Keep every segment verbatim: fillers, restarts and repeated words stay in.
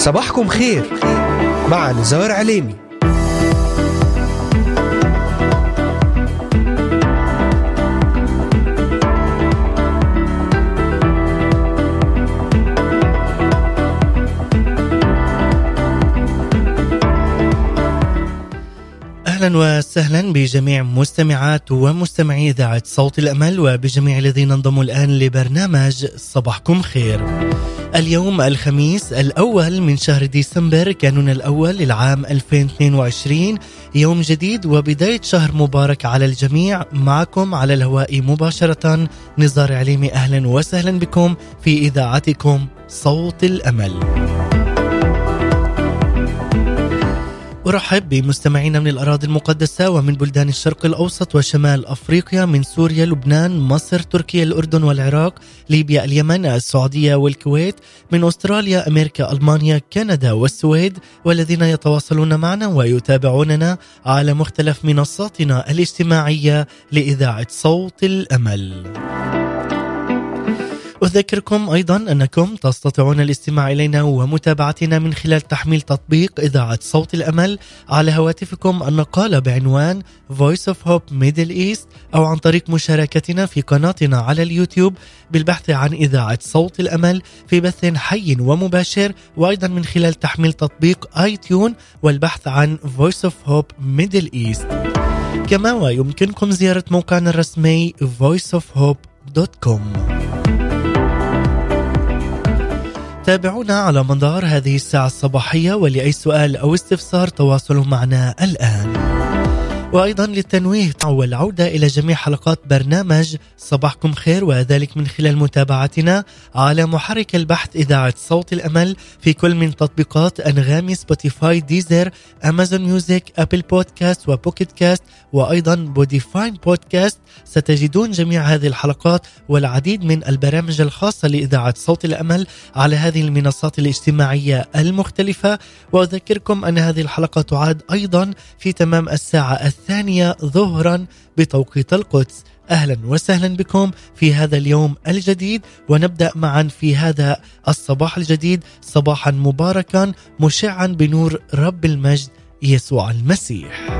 صباحكم خير مع نزار عليمي. أهلا وسهلا بجميع مستمعات ومستمعي إذاعة صوت الأمل وبجميع الذين انضموا الآن لبرنامج صباحكم خير. اليوم الخميس الأول من شهر ديسمبر كانون الأول للعام ألفين واثنين وعشرين، يوم جديد وبداية شهر مبارك على الجميع. معكم على الهواء مباشرة نزار عليمي، أهلا وسهلا بكم في إذاعتكم صوت الأمل. أرحب بمستمعينا من الأراضي المقدسة ومن بلدان الشرق الأوسط وشمال أفريقيا، من سوريا، لبنان، مصر، تركيا، الأردن والعراق، ليبيا، اليمن، السعودية والكويت، من أستراليا، أمريكا، ألمانيا، كندا والسويد، والذين يتواصلون معنا ويتابعوننا على مختلف منصاتنا الاجتماعية لإذاعة صوت الأمل. أذكركم أيضا أنكم تستطيعون الاستماع إلينا ومتابعتنا من خلال تحميل تطبيق إذاعة صوت الأمل على هواتفكم النقالة بعنوان Voice of Hope Middle East، أو عن طريق مشاركتنا في قناتنا على اليوتيوب بالبحث عن إذاعة صوت الأمل في بث حي ومباشر، وأيضا من خلال تحميل تطبيق آي تيون والبحث عن Voice of Hope Middle East. كما ويمكنكم زيارة موقعنا الرسمي voice of hope دوت كوم. تابعونا على مدار هذه الساعة الصباحية، ولأي سؤال أو استفسار تواصلوا معنا الآن. وأيضا للتنويه والعودة إلى جميع حلقات برنامج صباحكم خير، وذلك من خلال متابعتنا على محرك البحث إذاعة صوت الأمل في كل من تطبيقات أنغامي، سبوتيفاي، ديزر، أمازون ميوزك، أبل بودكاست وبوكيت كاست، وأيضا بوديفاين بودكاست. ستجدون جميع هذه الحلقات والعديد من البرامج الخاصة لإذاعة صوت الأمل على هذه المنصات الاجتماعية المختلفة. وأذكركم أن هذه الحلقة تعاد أيضا في تمام الساعة الثانية ظهرا بتوقيت القدس. أهلا وسهلا بكم في هذا اليوم الجديد، ونبدأ معا في هذا الصباح الجديد صباحا مباركا مشعا بنور رب المجد يسوع المسيح.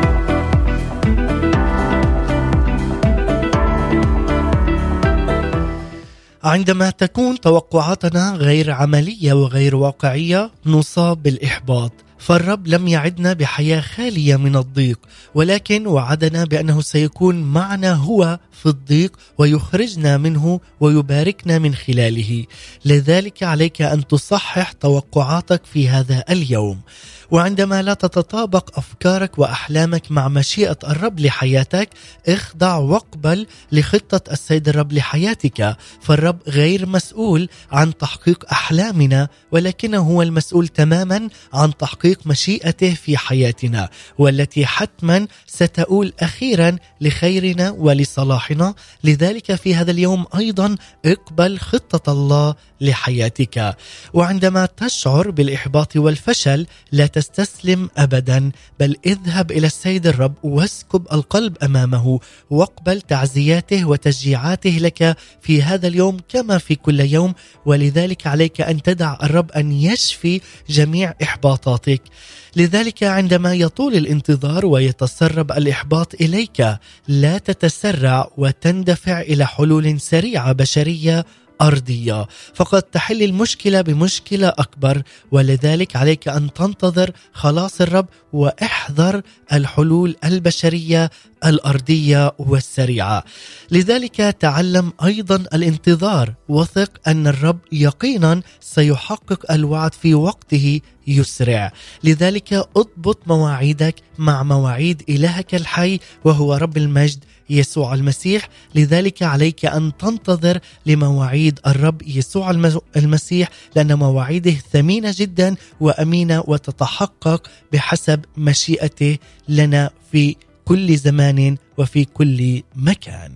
عندما تكون توقعاتنا غير عملية وغير واقعية نصاب بالإحباط، فالرب لم يعدنا بحياة خالية من الضيق، ولكن وعدنا بأنه سيكون معنا هو في الضيق ويخرجنا منه ويباركنا من خلاله. لذلك عليك أن تصحح توقعاتك في هذا اليوم. وعندما لا تتطابق أفكارك وأحلامك مع مشيئة الرب لحياتك، اخضع واقبل لخطة السيد الرب لحياتك. فالرب غير مسؤول عن تحقيق أحلامنا، ولكنه هو المسؤول تماما عن تحقيق مشيئته في حياتنا، والتي حتما ستؤول أخيرا لخيرنا ولصلاحنا. لذلك في هذا اليوم أيضا اقبل خطة الله لحياتك. وعندما تشعر بالإحباط والفشل لا تستسلم أبدا، بل اذهب إلى السيد الرب واسكب القلب أمامه واقبل تعزياته وتشجيعاته لك في هذا اليوم كما في كل يوم. ولذلك عليك أن تدع الرب أن يشفي جميع إحباطاتك. لذلك عندما يطول الانتظار ويتسرب الإحباط إليك، لا تتسرع وتندفع إلى حلول سريعة بشرية أرضية، فقد تحل المشكلة بمشكلة أكبر. ولذلك عليك أن تنتظر خلاص الرب واحذر الحلول البشرية الأرضية والسريعة. لذلك تعلم أيضا الانتظار، وثق أن الرب يقينا سيحقق الوعد في وقته يسرع. لذلك اضبط مواعيدك مع مواعيد إلهك الحي وهو رب المجد يسوع المسيح. لذلك عليك أن تنتظر لمواعيد الرب يسوع المسيح، لأن مواعيده ثمينة جدا وأمينة وتتحقق بحسب مشيئته لنا في كل زمان وفي كل مكان.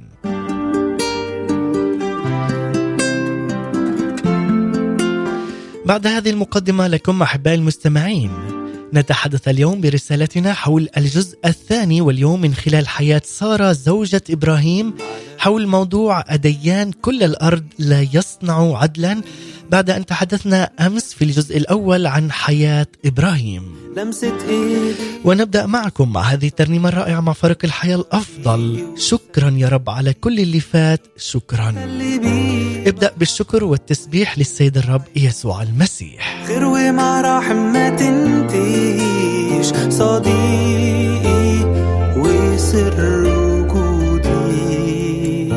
بعد هذه المقدمة لكم أحبائي المستمعين، نتحدث اليوم برسالتنا حول الجزء الثاني واليوم من خلال حياة سارة زوجة إبراهيم، حول موضوع أديان كل الأرض لا يصنع عدلا. بعد أن تحدثنا أمس في الجزء الأول عن حياة إبراهيم. ونبدأ معكم مع هذه الترنيمة الرائعة مع فريق الحياة الأفضل. شكرا يا رب على كل اللي فات، شكرا. ابدأ بالشكر والتسبيح للسيد الرب يسوع المسيح. خير ومراحم ما تنتهيش، صديقي وسر وجودي.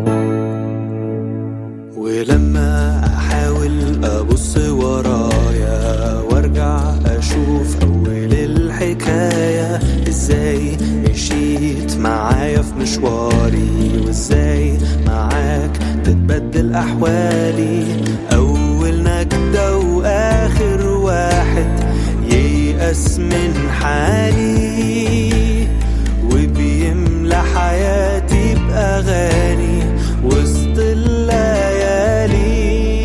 ولما أحاول أبص ورايا وارجع أشوف أول الحكاية، إزاي مشيت معايا في مشواري، وإزاي معاك تتبدل أحوالي. أول نجدة وآخر واحد ييأس من حالي، وبيملى حياتي بأغاني وسط الليالي.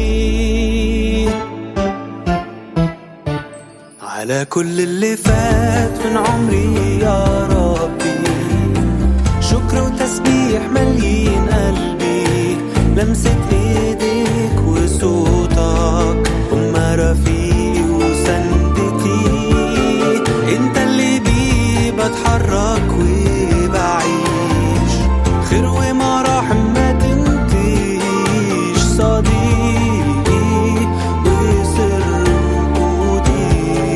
على كل اللي فات من عمري يا ربي، شكر وتسبيح مليين قلبي. لمسة ايديك وصوتك هما رفيقي وسندتي. انت اللي بيه بتحرك وبعيش، خير ومراحم ما تنتهيش، صديقي وسر وجودي.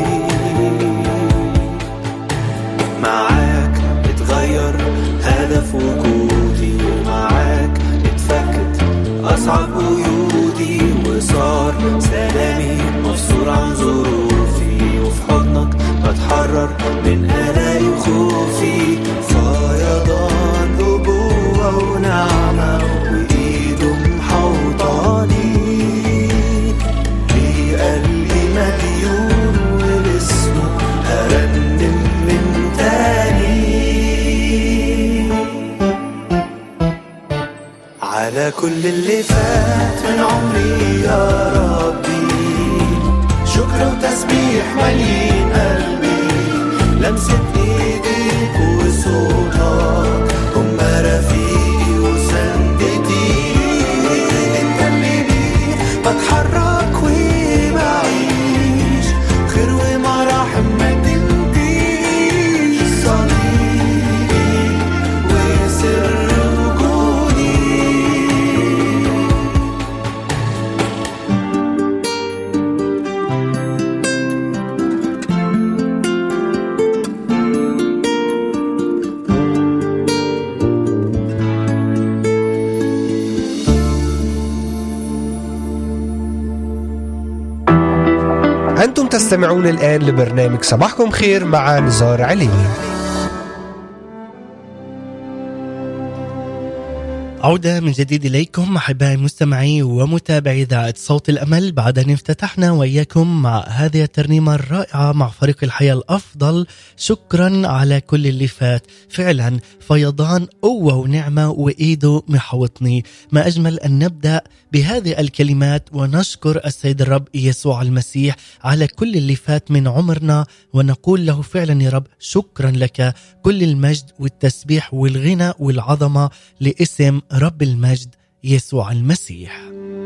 معاك اتغير هدف وجودي، معاك اتفكت أصعب قيودي، وصار سلامي مفصول عن ظروفي. وفي حضنك بتحرر من قلقي وخوفي. فيضان أبوة ونعمة وإيده محوطاني، بقلبي مديون ولاسمه هرنم من تاني. على كل اللي فات من عمري يا ربي، شكر وتسبيح مليين قلبي. لمسة ايديك وصوتك هما رفيقي وسندتي. انت اللي بيه بتحرك وبعيش، خير ومراحم ما تنتهيش، صديقي وسر أنتم تستمعون الآن لبرنامج صباحكم خير مع نزار عليني. عودة من جديد إليكم أحبائي مستمعي ومتابعي إذاعة صوت الأمل، بعد أن افتتحنا وإياكم مع هذه الترنيمة الرائعة مع فريق الحياة الأفضل. شكرا على كل اللي فات، فعلا فيضان قوة ونعمة وإيده محوطني. ما أجمل أن نبدأ بهذه الكلمات ونشكر السيد الرب يسوع المسيح على كل اللي فات من عمرنا، ونقول له فعلا يا رب شكرا لك، كل المجد والتسبيح والغنى والعظمة لاسم رب المجد يسوع المسيح.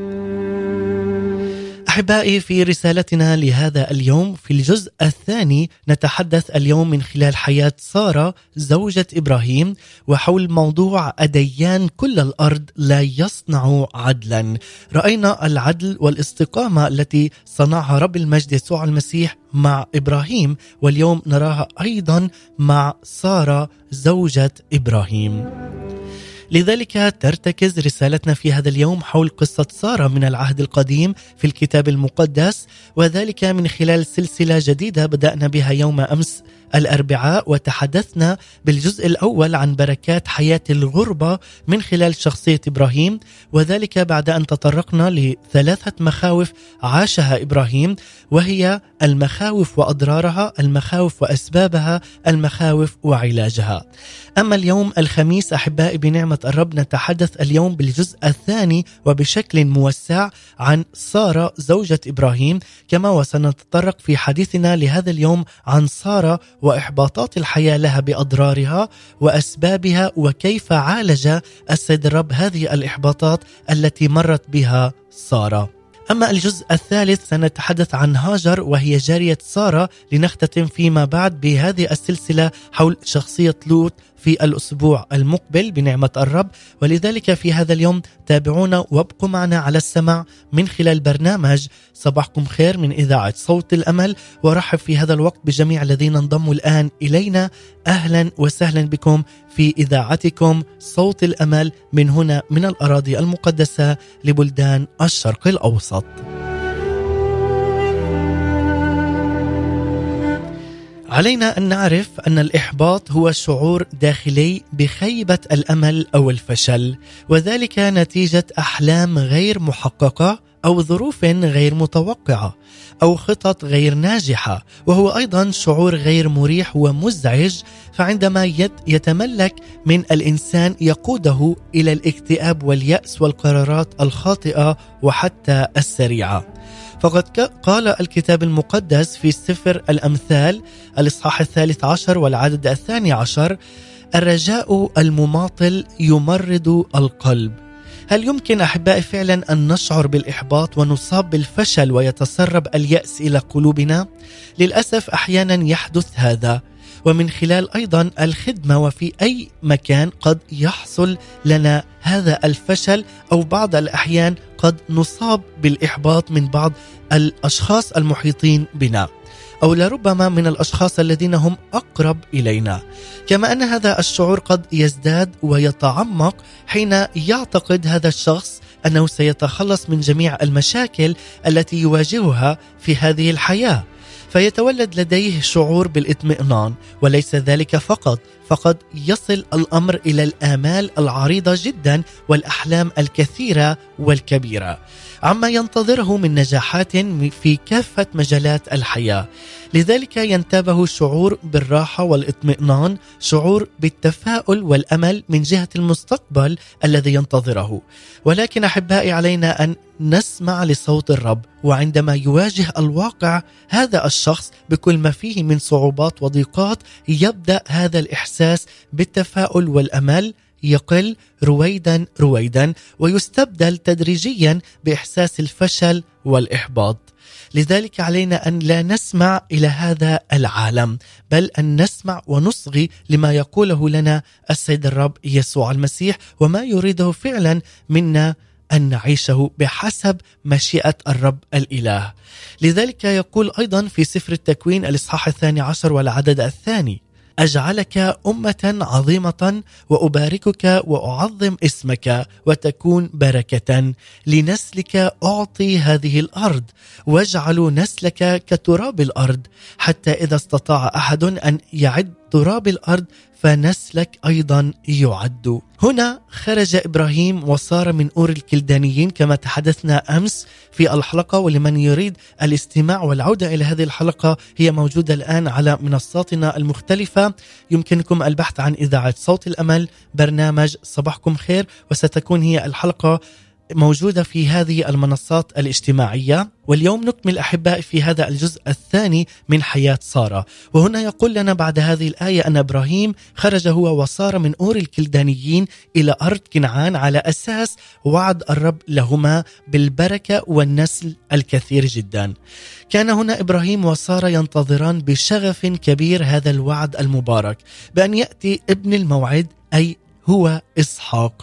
أحبائي، في رسالتنا لهذا اليوم في الجزء الثاني نتحدث اليوم من خلال حياة سارة زوجة إبراهيم، وحول موضوع أديان كل الأرض لا يصنع عدلا. رأينا العدل والاستقامة التي صنعها رب المجد يسوع المسيح مع إبراهيم، واليوم نراها أيضا مع سارة زوجة إبراهيم. لذلك ترتكز رسالتنا في هذا اليوم حول قصة سارة من العهد القديم في الكتاب المقدس، وذلك من خلال سلسلة جديدة بدأنا بها يوم أمس الأربعاء، وتحدثنا بالجزء الأول عن بركات حياة الغربة من خلال شخصية إبراهيم، وذلك بعد أن تطرقنا لثلاثة مخاوف عاشها إبراهيم، وهي المخاوف وأضرارها، المخاوف وأسبابها، المخاوف وعلاجها. أما اليوم الخميس أحبائي بنعمة الرب نتحدث اليوم بالجزء الثاني وبشكل موسع عن سارة زوجة إبراهيم، كما وسنتطرق في حديثنا لهذا اليوم عن سارة وإحباطات الحياة لها بأضرارها وأسبابها، وكيف عالج السيد الرب هذه الإحباطات التي مرت بها سارة. أما الجزء الثالث سنتحدث عن هاجر وهي جارية سارة، لنختتم فيما بعد بهذه السلسلة حول شخصية لوط في الأسبوع المقبل بنعمة الرب. ولذلك في هذا اليوم تابعونا وابقوا معنا على السمع من خلال برنامج صباحكم خير من إذاعة صوت الأمل. ورحب في هذا الوقت بجميع الذين انضموا الآن إلينا، أهلا وسهلا بكم في إذاعتكم صوت الأمل من هنا من الأراضي المقدسة لبلدان الشرق الأوسط. علينا أن نعرف أن الإحباط هو شعور داخلي بخيبة الأمل أو الفشل، وذلك نتيجة أحلام غير محققة أو ظروف غير متوقعة أو خطط غير ناجحة، وهو أيضا شعور غير مريح ومزعج. فعندما يتملك من الإنسان يقوده إلى الاكتئاب واليأس والقرارات الخاطئة وحتى السريعة. فقد قال الكتاب المقدس في سفر الأمثال الإصحاح الثالث عشر والعدد الثاني عشر: الرجاء المماطل يمرض القلب. هل يمكن أحبائي فعلا أن نشعر بالإحباط ونصاب بالفشل ويتسرب اليأس إلى قلوبنا؟ للأسف أحيانا يحدث هذا، ومن خلال أيضا الخدمة وفي أي مكان قد يحصل لنا هذا الفشل، أو بعض الأحيان قد نصاب بالإحباط من بعض الأشخاص المحيطين بنا، أو لربما من الأشخاص الذين هم أقرب إلينا. كما أن هذا الشعور قد يزداد ويتعمق حين يعتقد هذا الشخص أنه سيتخلص من جميع المشاكل التي يواجهها في هذه الحياة، فيتولد لديه شعور بالاطمئنان. وليس ذلك فقط، فقد يصل الأمر إلى الآمال العريضة جدا والأحلام الكثيرة والكبيرة عما ينتظره من نجاحات في كافة مجالات الحياة. لذلك ينتابه شعور بالراحة والاطمئنان، شعور بالتفاؤل والأمل من جهة المستقبل الذي ينتظره. ولكن أحبائي علينا أن نسمع لصوت الرب، وعندما يواجه الواقع هذا الشخص بكل ما فيه من صعوبات وضيقات، يبدأ هذا الإحساس بالتفاؤل والأمل يقل رويدا رويدا ويستبدل تدريجيا بإحساس الفشل والإحباط. لذلك علينا أن لا نسمع إلى هذا العالم، بل أن نسمع ونصغي لما يقوله لنا السيد الرب يسوع المسيح، وما يريده فعلا منا أن نعيشه بحسب مشيئة الرب الإله. لذلك يقول أيضا في سفر التكوين الإصحاح الثاني عشر والعدد الثاني: أجعلك أمة عظيمة وأباركك وأعظم اسمك وتكون بركة، لنسلك أعطي هذه الأرض واجعل نسلك كتراب الأرض، حتى إذا استطاع أحد أن يعد تراب الأرض فنسلك أيضا يعد. هنا خرج إبراهيم وصار من أور الكلدانيين كما تحدثنا أمس في الحلقة. ولمن يريد الاستماع والعودة إلى هذه الحلقة هي موجودة الآن على منصاتنا المختلفة. يمكنكم البحث عن إذاعة صوت الأمل برنامج صباحكم خير، وستكون هي الحلقة موجودة في هذه المنصات الاجتماعية. واليوم نكمل أحبائي في هذا الجزء الثاني من حياة سارة. وهنا يقول لنا بعد هذه الآية أن إبراهيم خرج هو وصار من أور الكلدانيين إلى أرض كنعان على أساس وعد الرب لهما بالبركة والنسل الكثير جدا. كان هنا إبراهيم وسارة ينتظران بشغف كبير هذا الوعد المبارك بأن يأتي ابن الموعد، أي هو إسحاق.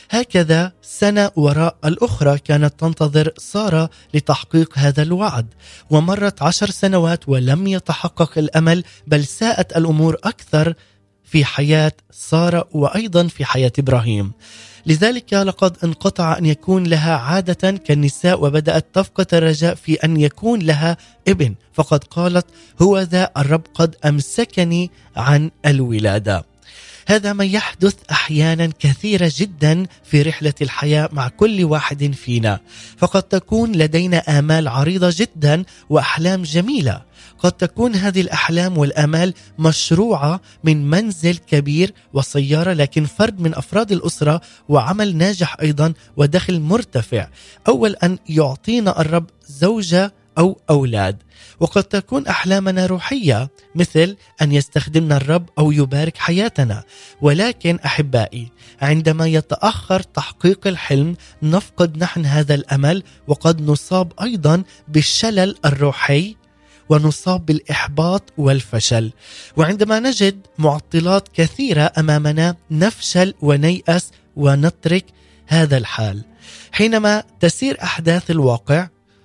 هكذا سنة وراء الأخرى كانت تنتظر سارة لتحقيق هذا الوعد، ومرت عشر سنوات ولم يتحقق الأمل، بل ساءت الأمور أكثر في حياة سارة وأيضا في حياة إبراهيم. لذلك لقد انقطع أن يكون لها عادة كالنساء، وبدأت تفقد الرجاء في أن يكون لها ابن، فقد قالت: هو ذا الرب قد أمسكني عن الولادة. هذا ما يحدث أحيانا كثيرة جدا في رحلة الحياة مع كل واحد فينا. فقد تكون لدينا آمال عريضة جدا وأحلام جميلة، قد تكون هذه الأحلام والآمال مشروعة من منزل كبير وسيارة، لكن فرد من أفراد الأسرة وعمل ناجح أيضا ودخل مرتفع. أول أن يعطينا الرب زوجة أو أولاد. وقد تكون أحلامنا روحية مثل أن يستخدمنا الرب أو يبارك حياتنا، ولكن أحبائي عندما يتأخر تحقيق الحلم نفقد نحن هذا الأمل، وقد نصاب أيضا بالشلل الروحي ونصاب بالإحباط والفشل. وعندما نجد معطلات كثيرة أمامنا نفشل ونيأس ونترك هذا الحال. حينما تسير أحداث الواقع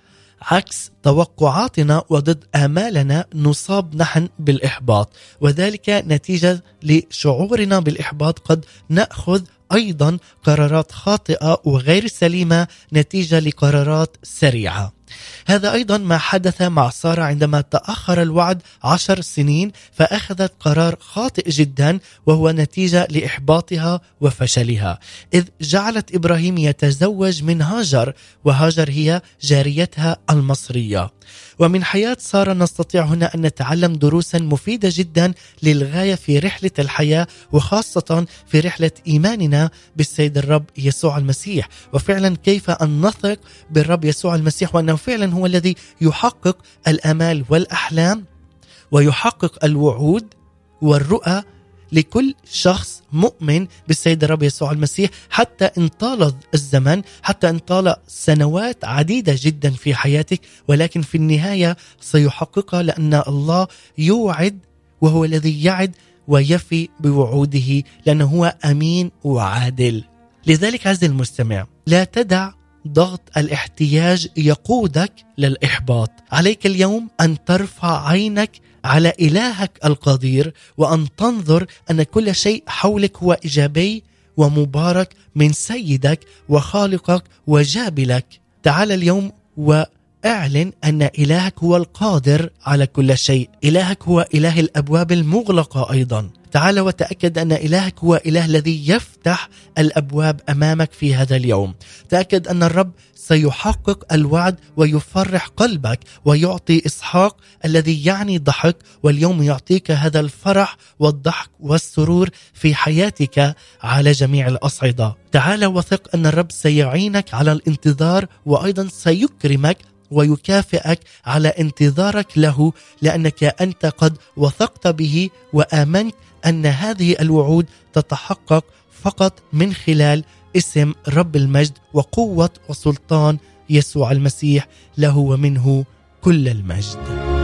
عكس توقعاتنا وضد آمالنا نصاب نحن بالإحباط، وذلك نتيجة لشعورنا بالإحباط قد نأخذ أيضا قرارات خاطئة وغير سليمة نتيجة لقرارات سريعة. هذا أيضا ما حدث مع سارة عندما تأخر الوعد عشر سنين فأخذت قرار خاطئ جدا، وهو نتيجة لإحباطها وفشلها، إذ جعلت إبراهيم يتزوج من هاجر، وهاجر هي جاريتها المصرية. ومن حياة سارة نستطيع هنا أن نتعلم دروسا مفيدة جدا للغاية في رحلة الحياة، وخاصة في رحلة إيماننا بالسيد الرب يسوع المسيح، وفعلا كيف أن نثق بالرب يسوع المسيح وأنه فعلا هو الذي يحقق الآمال والأحلام ويحقق الوعود والرؤى لكل شخص مؤمن بالسيد الرب يسوع المسيح، حتى إن طال الزمن، حتى إن طال سنوات عديدة جدا في حياتك، ولكن في النهاية سيحققها، لأن الله يوعد وهو الذي يعد ويفي بوعوده، لأنه هو أمين وعادل. لذلك عز المستمع لا تدع ضغط الاحتياج يقودك للإحباط. عليك اليوم أن ترفع عينك على إلهك القدير، وأن تنظر أن كل شيء حولك هو إيجابي ومبارك من سيدك وخالقك وجابلك. تعال اليوم وأعلن أن إلهك هو القادر على كل شيء. إلهك هو إله الأبواب المغلقة أيضا. تعال وتأكد أن إلهك هو إله الذي يفتح الأبواب أمامك في هذا اليوم. تأكد أن الرب سيحقق الوعد ويفرح قلبك ويعطي إسحاق الذي يعني ضحك، واليوم يعطيك هذا الفرح والضحك والسرور في حياتك على جميع الأصعدة. تعال وثق أن الرب سيعينك على الانتظار، وأيضا سيكرمك ويكافئك على انتظارك له، لأنك أنت قد وثقت به وآمنت أن هذه الوعود تتحقق فقط من خلال اسم رب المجد وقوة وسلطان يسوع المسيح، له ومنه كل المجد.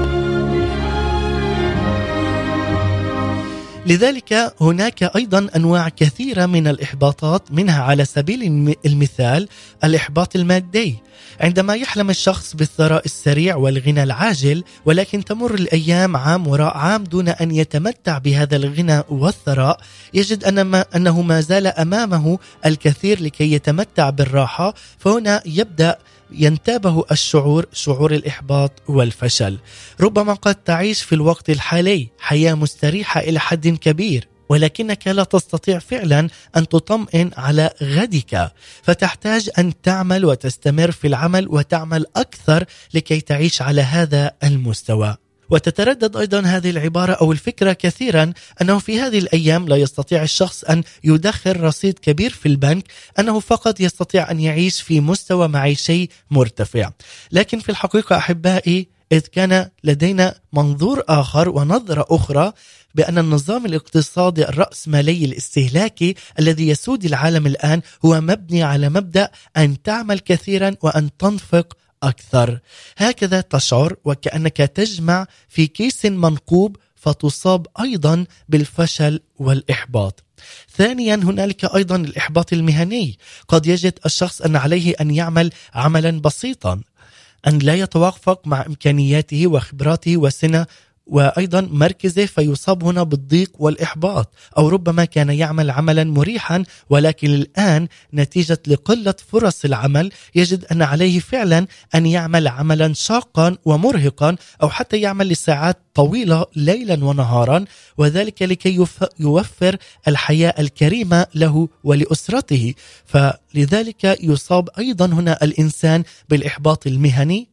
لذلك هناك أيضا أنواع كثيرة من الإحباطات، منها على سبيل المثال الإحباط المادي. عندما يحلم الشخص بالثراء السريع والغنى العاجل، ولكن تمر الأيام عام وراء عام دون أن يتمتع بهذا الغنى والثراء، يجد أن ما أنه ما زال أمامه الكثير لكي يتمتع بالراحة، فهنا يبدأ ينتابه الشعور، شعور الإحباط والفشل. ربما قد تعيش في الوقت الحالي حياة مستريحة إلى حد كبير، ولكنك لا تستطيع فعلا أن تطمئن على غدك، فتحتاج أن تعمل وتستمر في العمل وتعمل أكثر لكي تعيش على هذا المستوى. وتتردد أيضا هذه العبارة أو الفكرة كثيرا أنه في هذه الأيام لا يستطيع الشخص أن يدخر رصيد كبير في البنك، أنه فقط يستطيع أن يعيش في مستوى معيشي مرتفع. لكن في الحقيقة أحبائي، إذ كان لدينا منظور آخر ونظرة أخرى بأن النظام الاقتصادي الرأسمالي الاستهلاكي الذي يسود العالم الآن هو مبني على مبدأ أن تعمل كثيرا وأن تنفق أكثر. هكذا تشعر وكأنك تجمع في كيس منقوب، فتصاب أيضا بالفشل والإحباط. ثانيا هنالك أيضا الإحباط المهني. قد يجد الشخص أن عليه أن يعمل عملا بسيطا، أن لا يتوافق مع إمكانياته وخبراته وسنة وأيضا مركزه، فيصاب هنا بالضيق والإحباط. أو ربما كان يعمل عملا مريحا، ولكن الآن نتيجة لقلة فرص العمل يجد أن عليه فعلا أن يعمل عملا شاقا ومرهقا، أو حتى يعمل لساعات طويلة ليلا ونهارا، وذلك لكي يوفر الحياة الكريمة له ولأسرته. فلذلك يصاب أيضا هنا الإنسان بالإحباط المهني.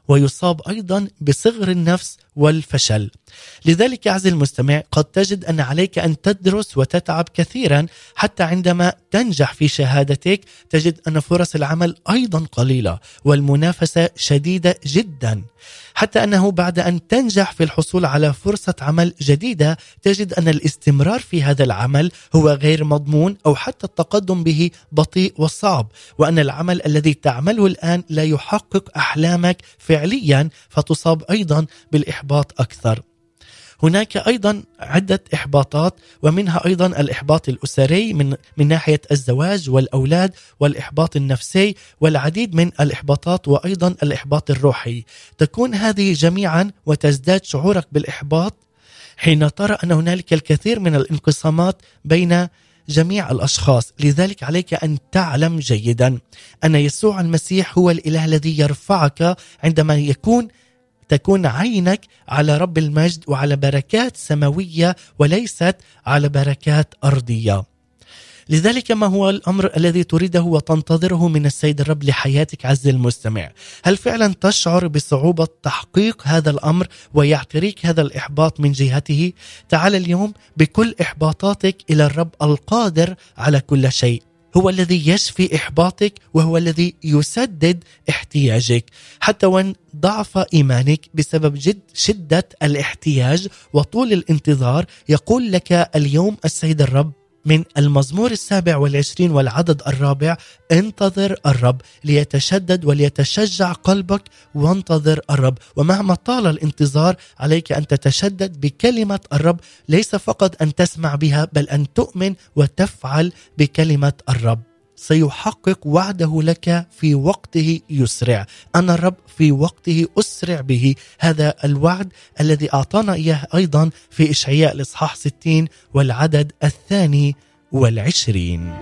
ويصاب أيضا بصغر النفس والفشل. لذلك عزيزي المستمع قد تجد أن عليك أن تدرس وتتعب كثيرا، حتى عندما تنجح في شهادتك تجد أن فرص العمل أيضا قليلة والمنافسة شديدة جدا، حتى أنه بعد أن تنجح في الحصول على فرصة عمل جديدة تجد أن الاستمرار في هذا العمل هو غير مضمون أو حتى التقدم به بطيء وصعب، وأن العمل الذي تعمله الآن لا يحقق أحلامك فعليا فتصاب أيضا بالإحباط أكثر. هناك أيضا عدة إحباطات، ومنها أيضا الإحباط الأسري من من ناحية الزواج والأولاد، والإحباط النفسي، والعديد من الإحباطات، وأيضا الإحباط الروحي. تكون هذه جميعا وتزداد شعورك بالإحباط حين ترى أن هنالك الكثير من الانقسامات بين جميع الأشخاص. لذلك عليك أن تعلم جيدا أن يسوع المسيح هو الإله الذي يرفعك عندما يكون تكون عينك على رب المجد وعلى بركات سماوية وليست على بركات أرضية. لذلك ما هو الأمر الذي تريده وتنتظره من السيد الرب لحياتك عز المستمع؟ هل فعلا تشعر بصعوبة تحقيق هذا الأمر ويعتريك هذا الإحباط من جهته؟ تعال اليوم بكل إحباطاتك إلى الرب القادر على كل شيء، هو الذي يشفي إحباطك وهو الذي يسدد احتياجك. حتى وان ضعف إيمانك بسبب جد شدة الاحتياج وطول الانتظار، يقول لك اليوم السيد الرب من المزمور السابع والعشرين والعدد الرابع: انتظر الرب ليتشدد وليتشجع قلبك، وانتظر الرب. ومهما طال الانتظار عليك أن تتشدد بكلمة الرب، ليس فقط أن تسمع بها بل أن تؤمن وتفعل بكلمة الرب. سيحقق وعده لك في وقته يسرع. أنا الرب في وقته أسرع به. هذا الوعد الذي أعطانا إياه أيضا في إشعياء الإصحاح ستين والعدد الثاني والعشرين.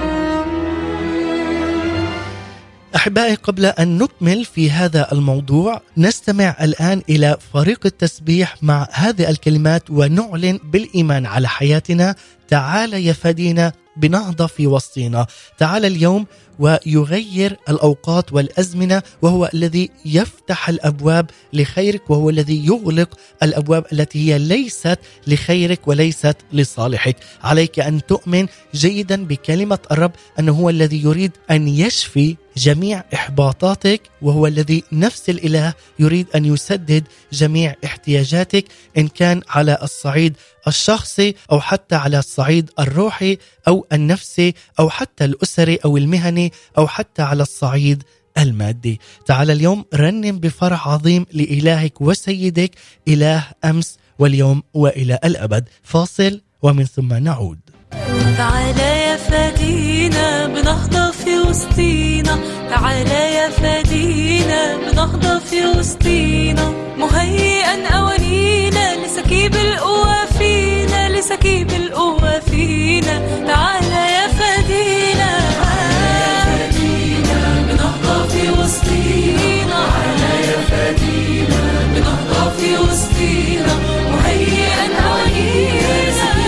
أحبائي، قبل أن نكمل في هذا الموضوع نستمع الآن إلى فريق التسبيح مع هذه الكلمات ونعلن بالإيمان على حياتنا. تعال يا فدينا بنهضة في وسطنا. تعال اليوم ويغير الأوقات والأزمنة، وهو الذي يفتح الأبواب لخيرك، وهو الذي يغلق الأبواب التي هي ليست لخيرك وليست لصالحك. عليك أن تؤمن جيدا بكلمة الرب أنه هو الذي يريد أن يشفي جميع إحباطاتك، وهو الذي نفس الإله يريد أن يسدد جميع احتياجاتك، إن كان على الصعيد الشخصي أو حتى على الصعيد الروحي أو النفسي أو حتى الأسري أو المهني أو حتى على الصعيد المادي. تعال اليوم رنم بفرح عظيم لإلهك وسيدك، إله أمس واليوم وإلى الأبد. فاصل ومن ثم نعود. تعال يا فدينا بنهضة في وسطينا، تعال يا فدينا بنهضة في وسطينا، مهيئا أوانينا لسكيب القوة فينا، لسكيب القوة فينا. تعال يا فدينا، تعال يا فدينا بنهضة في وسطينا، تعال يا فدينا بنهضة في وسطينا، مهيئا أوانينا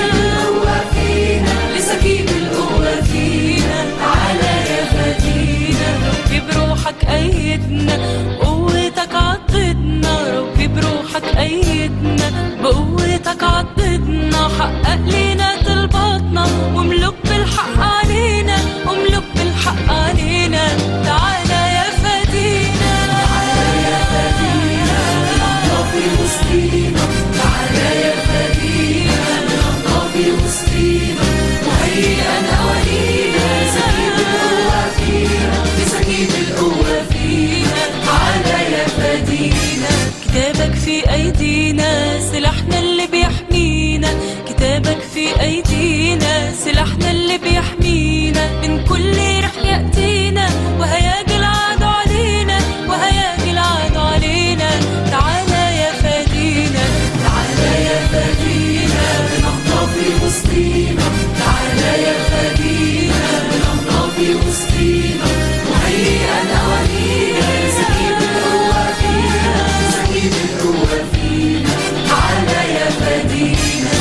لسكيب القوة فينا. تعالى يا فدينا، ربي بروحك أيدنا، قوتك عضدنا، ربي بروحك أيدنا، بقوتك عضدنا، حقق لنا طلباتنا، وملك بالحق علينا، وملك بالحق علينا. تعالى يا فدينا، تعالى يا فدينا بنهضة في وسطينا، تعالى يا فدينا بنهضة في وسطينا، مهيئا أوانينا لسكيب القوة فينا، لسكيب القوة فينا. تعالى يا فدينا، كتابك في أيدينا سلاحنا اللي بيحمينا، كتابك في أيدينا سلاحنا اللي بيحمينا، من كل رح يأتينا وهياجي العدو علينا، وهياجي العدو علينا. تعالى يا فدينا، تعالى يا فدينا بنهضة في وسطينا، تعالى يا فدينا بنهضة في وسطينا، مهيئا أوانينا لسكيب القوة فينا، لسكيب القوة فينا. تعالى يا فدينا.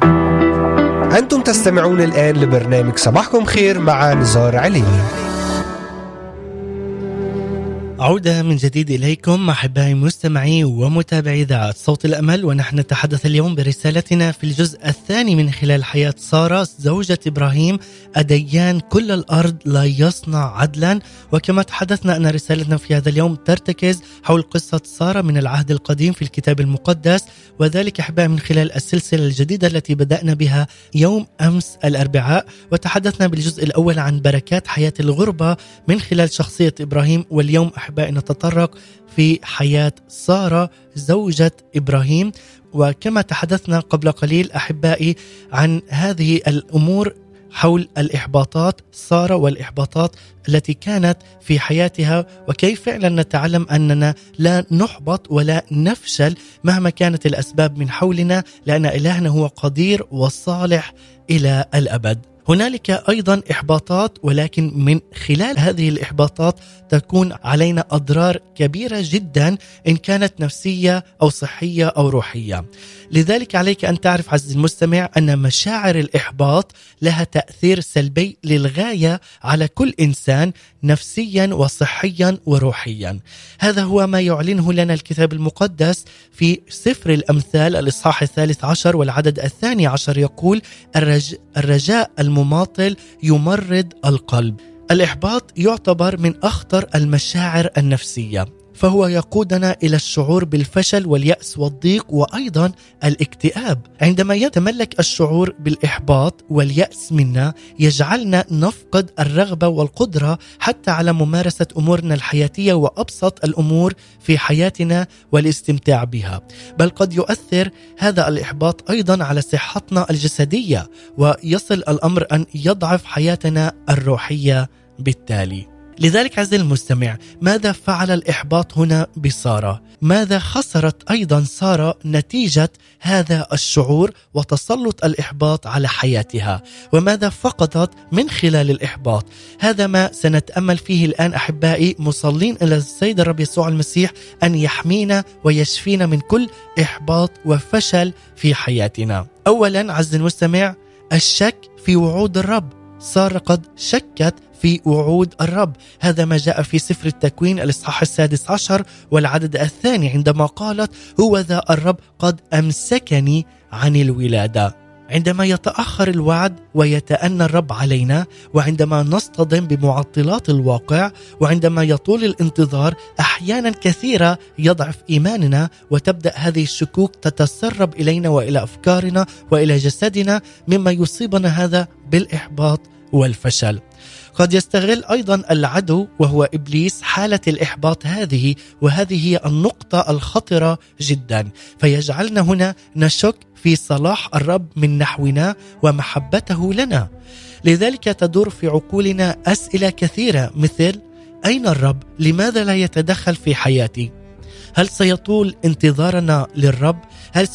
أنتم تستمعون الآن لبرنامج صباحكم خير مع نزار علي. عودة من جديد إليكم أحبائي مستمعي ومتابعي إذاعة صوت الأمل، ونحن نتحدث اليوم برسالتنا في الجزء الثاني من خلال حياة سارة زوجة إبراهيم: أديان كل الأرض لا يصنع عدلا. وكما تحدثنا أن رسالتنا في هذا اليوم ترتكز حول قصة سارة من العهد القديم في الكتاب المقدس، وذلك أحبائي من خلال السلسلة الجديدة التي بدأنا بها يوم أمس الأربعاء، وتحدثنا بالجزء الأول عن بركات حياة الغربة من خلال شخصية إبراهيم. واليوم أحبائي نتطرق في حياة سارة زوجة إبراهيم، وكما تحدثنا قبل قليل أحبائي عن هذه الأمور حول الإحباطات سارة والإحباطات التي كانت في حياتها، وكيف فعلا نتعلم أننا لا نحبط ولا نفشل مهما كانت الأسباب من حولنا، لأن إلهنا هو قدير وصالح إلى الأبد. هنالك أيضا إحباطات، ولكن من خلال هذه الإحباطات تكون علينا أضرار كبيرة جدا إن كانت نفسية أو صحية أو روحية. لذلك عليك أن تعرف عزيزي المستمع أن مشاعر الإحباط لها تأثير سلبي للغاية على كل إنسان نفسيا وصحيا وروحيا. هذا هو ما يعلنه لنا الكتاب المقدس في سفر الأمثال الإصحاح الثالث عشر والعدد الثاني عشر، يقول: الرج... الرجاء المماطل يمرض القلب. الإحباط يعتبر من أخطر المشاعر النفسية، فهو يقودنا إلى الشعور بالفشل واليأس والضيق وأيضا الاكتئاب. عندما يتملك الشعور بالإحباط واليأس منا يجعلنا نفقد الرغبة والقدرة حتى على ممارسة أمورنا الحياتية وأبسط الأمور في حياتنا والاستمتاع بها، بل قد يؤثر هذا الإحباط أيضا على صحتنا الجسدية، ويصل الأمر أن يضعف حياتنا الروحية بالتالي. لذلك عزيزي المستمع، ماذا فعل الإحباط هنا بسارة؟ ماذا خسرت أيضا سارة نتيجة هذا الشعور وتسلط الإحباط على حياتها؟ وماذا فقدت من خلال الإحباط؟ هذا ما سنتأمل فيه الآن أحبائي، مصلين إلى السيد الرب يسوع المسيح أن يحمينا ويشفينا من كل إحباط وفشل في حياتنا. أولا عزيزي المستمع، الشك في وعود الرب. سارة قد شكت في وعود الرب. هذا ما جاء في سفر التكوين الإصحاح السادس عشر والعدد الثاني، عندما قالت: هو ذا الرب قد أمسكني عن الولادة. عندما يتأخر الوعد ويتأنى الرب علينا، وعندما نصطدم بمعطلات الواقع، وعندما يطول الانتظار، أحيانا كثيرة يضعف إيماننا، وتبدأ هذه الشكوك تتسرب إلينا وإلى أفكارنا وإلى جسدنا، مما يصيبنا هذا بالإحباط والفشل. قد يستغل أيضا العدو وهو إبليس حالة الإحباط هذه، وهذه هي النقطة الخطرة جدا، فيجعلنا هنا نشك في صلاح الرب من نحونا ومحبته لنا. لذلك تدور في عقولنا أسئلة كثيرة مثل: أين الرب؟ لماذا لا يتدخل في حياتي؟ هل سيطول انتظارنا للرب؟ هل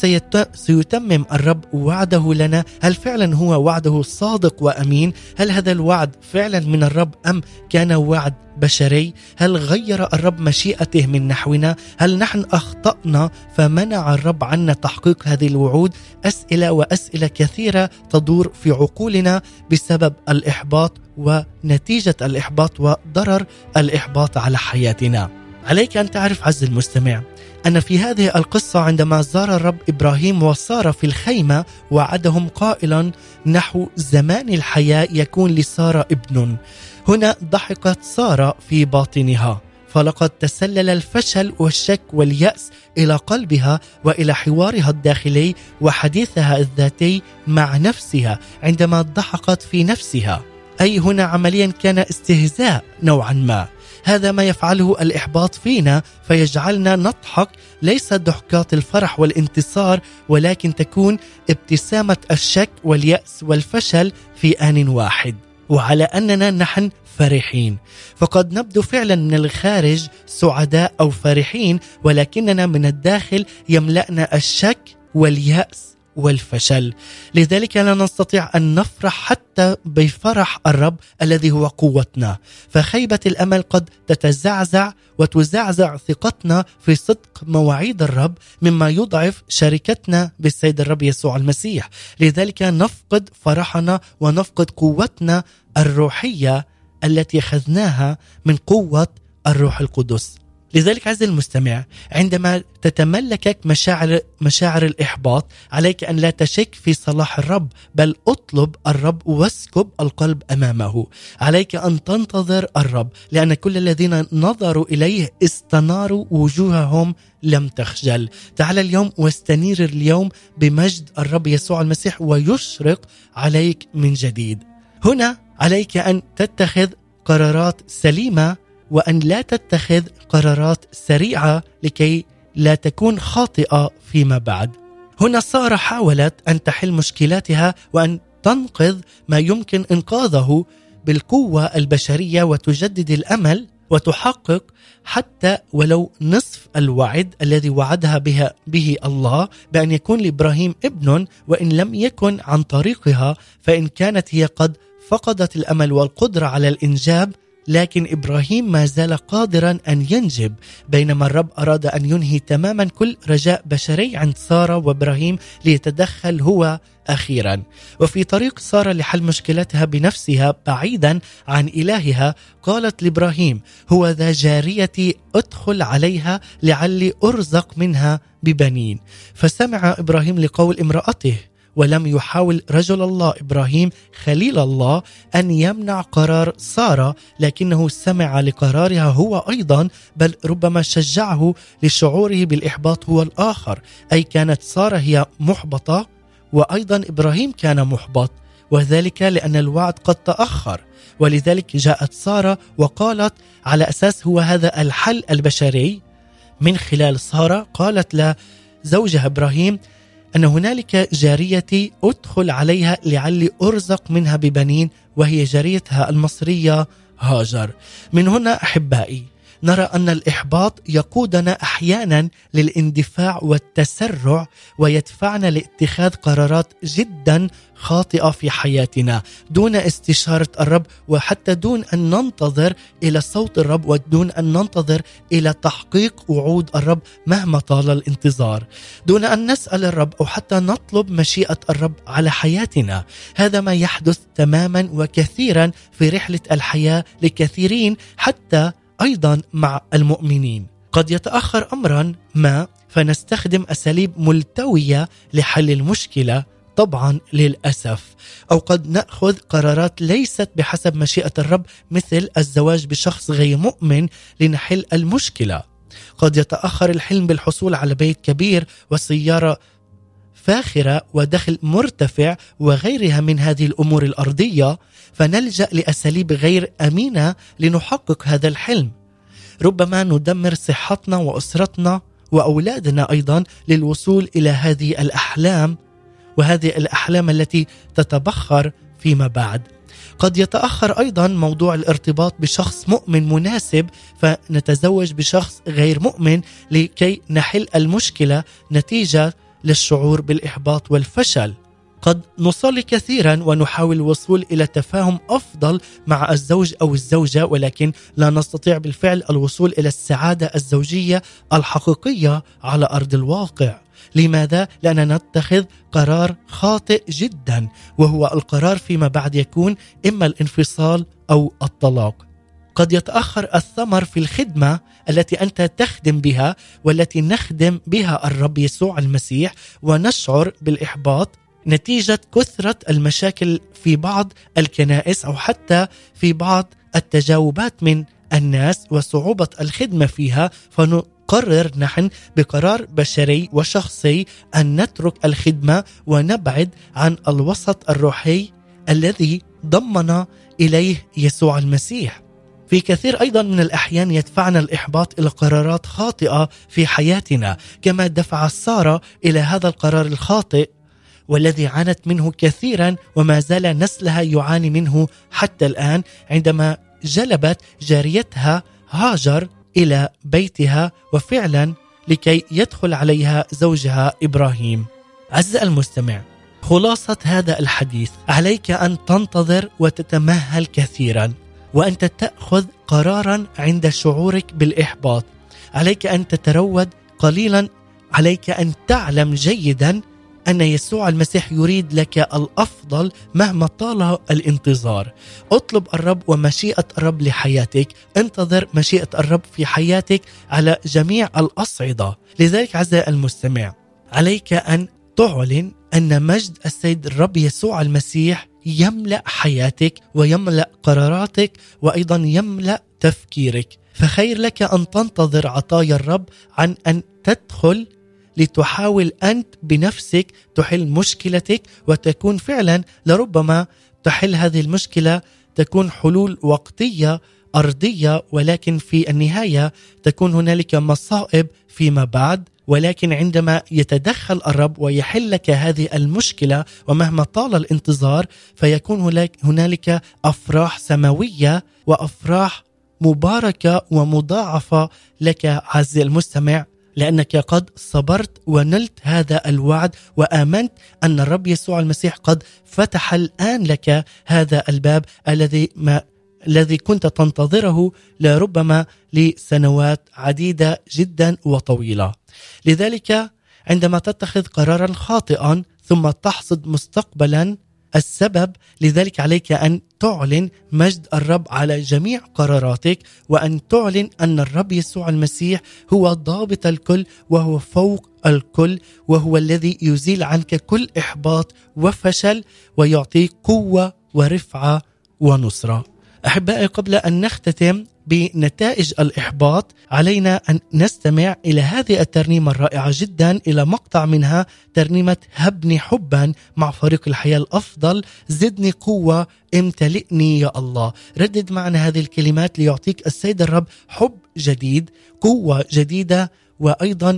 سيتمم الرب وعده لنا؟ هل فعلا هو وعده صادق وأمين؟ هل هذا الوعد فعلا من الرب أم كان وعد بشري؟ هل غير الرب مشيئته من نحونا؟ هل نحن أخطأنا فمنع الرب عنا تحقيق هذه الوعود؟ أسئلة وأسئلة كثيرة تدور في عقولنا بسبب الإحباط ونتيجة الإحباط وضرر الإحباط على حياتنا. عليك أن تعرف عزيزي المستمع أن في هذه القصة عندما زار الرب إبراهيم وسارة في الخيمة وعدهم قائلا: نحو زمان الحياة يكون لسارة ابن. هنا ضحكت سارة في باطنها، فلقد تسلل الفشل والشك واليأس إلى قلبها وإلى حوارها الداخلي وحديثها الذاتي مع نفسها عندما ضحكت في نفسها، أي هنا عمليا كان استهزاء نوعا ما. هذا ما يفعله الإحباط فينا، فيجعلنا نضحك، ليس ضحكات الفرح والانتصار، ولكن تكون ابتسامة الشك واليأس والفشل في آن واحد، وعلى أننا نحن فرحين. فقد نبدو فعلا من الخارج سعداء أو فرحين، ولكننا من الداخل يملأنا الشك واليأس والفشل. لذلك لا نستطيع أن نفرح حتى بفرح الرب الذي هو قوتنا، فخيبة الأمل قد تتزعزع وتزعزع ثقتنا في صدق مواعيد الرب، مما يضعف شركتنا بالسيد الرب يسوع المسيح. لذلك نفقد فرحنا ونفقد قوتنا الروحية التي أخذناها من قوة الروح القدس. لذلك عز المستمع، عندما تتملكك مشاعر مشاعر الإحباط، عليك أن لا تشك في صلاح الرب، بل اطلب الرب واسكب القلب أمامه. عليك أن تنتظر الرب، لأن كل الذين نظروا إليه استناروا وجوههم لم تخجل. تعال اليوم واستنير اليوم بمجد الرب يسوع المسيح ويشرق عليك من جديد. هنا عليك أن تتخذ قرارات سليمة وأن لا تتخذ قرارات سريعة لكي لا تكون خاطئة فيما بعد. هنا سارة حاولت أن تحل مشكلاتها وأن تنقذ ما يمكن إنقاذه بالقوة البشرية وتجدد الأمل وتحقق حتى ولو نصف الوعد الذي وعدها بها به الله بأن يكون لإبراهيم ابن، وإن لم يكن عن طريقها فإن كانت هي قد فقدت الأمل والقدرة على الإنجاب، لكن إبراهيم ما زال قادرا أن ينجب، بينما الرب أراد أن ينهي تماما كل رجاء بشري عند سارة وإبراهيم ليتدخل هو أخيرا. وفي طريق سارة لحل مشكلتها بنفسها بعيدا عن إلهها، قالت لإبراهيم: هو ذا جاريتي أدخل عليها لعلي أرزق منها ببنين. فسمع إبراهيم لقول امرأته، ولم يحاول رجل الله إبراهيم خليل الله أن يمنع قرار سارة، لكنه سمع لقرارها هو أيضا، بل ربما شجعه لشعوره بالإحباط هو الآخر. أي كانت سارة هي محبطة وأيضا إبراهيم كان محبط، وذلك لأن الوعد قد تأخر. ولذلك جاءت سارة وقالت على أساس هو هذا الحل البشري من خلال سارة، قالت لزوجها إبراهيم أن هنالك جاريتي أدخل عليها لعلي أرزق منها ببنين، وهي جاريتها المصرية هاجر. من هنا أحبائي نرى أن الإحباط يقودنا أحيانا للاندفاع والتسرع ويدفعنا لاتخاذ قرارات جدا خاطئة في حياتنا دون استشارة الرب، وحتى دون أن ننتظر إلى صوت الرب ودون أن ننتظر إلى تحقيق وعود الرب مهما طال الانتظار، دون أن نسأل الرب أو حتى نطلب مشيئة الرب على حياتنا. هذا ما يحدث تماما وكثيرا في رحلة الحياة لكثيرين، حتى أيضا مع المؤمنين. قد يتأخر أمرا ما فنستخدم أساليب ملتوية لحل المشكلة، طبعا للأسف، أو قد نأخذ قرارات ليست بحسب مشيئة الرب، مثل الزواج بشخص غير مؤمن لنحل المشكلة. قد يتأخر الحلم بالحصول على بيت كبير وسيارة فاخرة ودخل مرتفع وغيرها من هذه الأمور الأرضية، فنلجأ لأساليب غير أمينة لنحقق هذا الحلم. ربما ندمر صحتنا وأسرتنا وأولادنا أيضا للوصول إلى هذه الأحلام، وهذه الأحلام التي تتبخر فيما بعد. قد يتأخر أيضا موضوع الارتباط بشخص مؤمن مناسب، فنتزوج بشخص غير مؤمن لكي نحل المشكلة نتيجة للشعور بالإحباط والفشل. قد نصلي كثيرا ونحاول الوصول إلى تفاهم أفضل مع الزوج أو الزوجة، ولكن لا نستطيع بالفعل الوصول إلى السعادة الزوجية الحقيقية على أرض الواقع. لماذا؟ لأننا نتخذ قرار خاطئ جدا، وهو القرار فيما بعد يكون إما الانفصال أو الطلاق. قد يتأخر الثمر في الخدمة التي أنت تخدم بها والتي نخدم بها الرب يسوع المسيح، ونشعر بالإحباط نتيجة كثرة المشاكل في بعض الكنائس أو حتى في بعض التجاوبات من الناس وصعوبة الخدمة فيها، فنقرر نحن بقرار بشري وشخصي أن نترك الخدمة ونبعد عن الوسط الروحي الذي ضمنا إليه يسوع المسيح. في كثير أيضا من الأحيان يدفعنا الإحباط إلى قرارات خاطئة في حياتنا، كما دفع سارة إلى هذا القرار الخاطئ والذي عانت منه كثيرا وما زال نسلها يعاني منه حتى الآن، عندما جلبت جاريتها هاجر إلى بيتها وفعلا لكي يدخل عليها زوجها إبراهيم. عزيزي المستمع، خلاصة هذا الحديث: عليك أن تنتظر وتتمهل كثيرا، وأنت تأخذ قرارا عند شعورك بالإحباط. عليك أن تتروّد قليلا، عليك أن تعلم جيدا أن يسوع المسيح يريد لك الأفضل مهما طال الانتظار. اطلب الرب ومشيئة الرب لحياتك، انتظر مشيئة الرب في حياتك على جميع الأصعدة. لذلك عزيزي المستمع، عليك أن تعلن أن مجد السيد الرب يسوع المسيح يملأ حياتك ويملأ قراراتك وأيضا يملأ تفكيرك. فخير لك أن تنتظر عطايا الرب عن أن تدخل لتحاول أنت بنفسك تحل مشكلتك، وتكون فعلا لربما تحل هذه المشكلة تكون حلول وقتية أرضية، ولكن في النهاية تكون هنالك مصائب فيما بعد. ولكن عندما يتدخل الرب ويحل لك هذه المشكلة ومهما طال الانتظار، فيكون هنالك أفراح سماوية وأفراح مباركة ومضاعفة لك عزيزي المستمع، لأنك قد صبرت ونلت هذا الوعد وآمنت أن الرب يسوع المسيح قد فتح الآن لك هذا الباب الذي ما الذي كنت تنتظره لربما لسنوات عديدة جدا وطويلة. لذلك عندما تتخذ قرارا خاطئا ثم تحصد مستقبلا السبب، لذلك عليك أن تعلن مجد الرب على جميع قراراتك، وأن تعلن أن الرب يسوع المسيح هو ضابط الكل وهو فوق الكل، وهو الذي يزيل عنك كل إحباط وفشل ويعطيك قوة ورفعة ونصرة. أحبائي، قبل أن نختتم بنتائج الإحباط، علينا أن نستمع إلى هذه الترنيمة الرائعة جدا، إلى مقطع منها، ترنيمة هبني حبا مع فريق الحياة الأفضل. زدني قوة امتلئني يا الله. ردد معنا هذه الكلمات ليعطيك السيد الرب حب جديد، قوة جديدة، وأيضا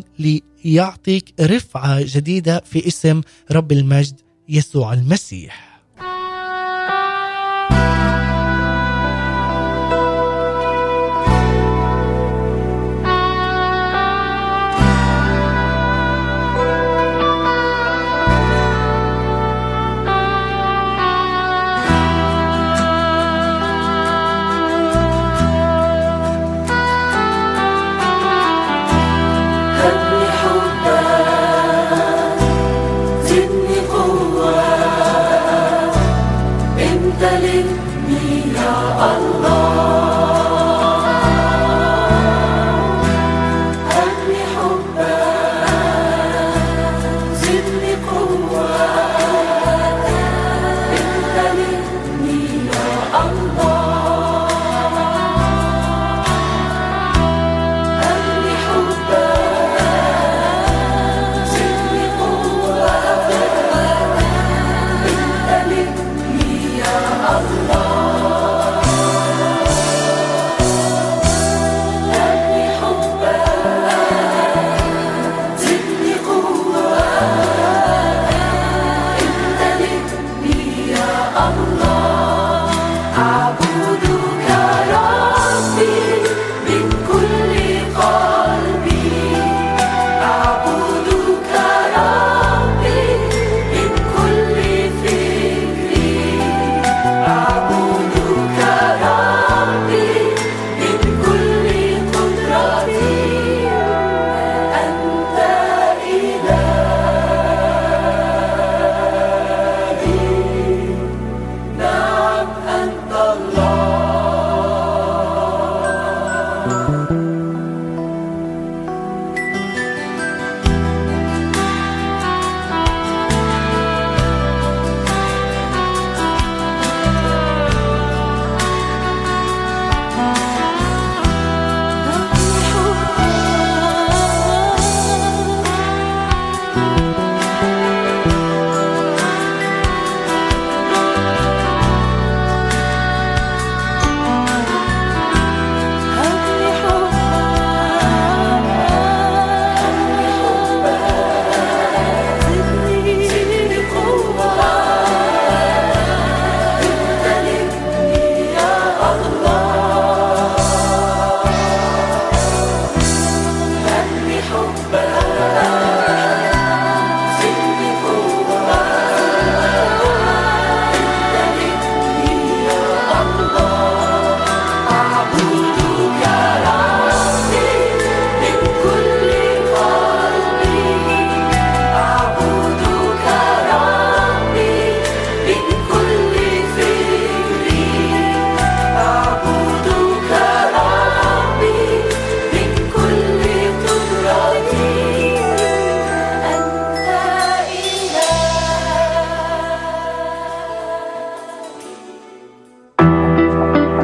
ليعطيك رفعة جديدة في اسم رب المجد يسوع المسيح. هبني حبك، زدني قوة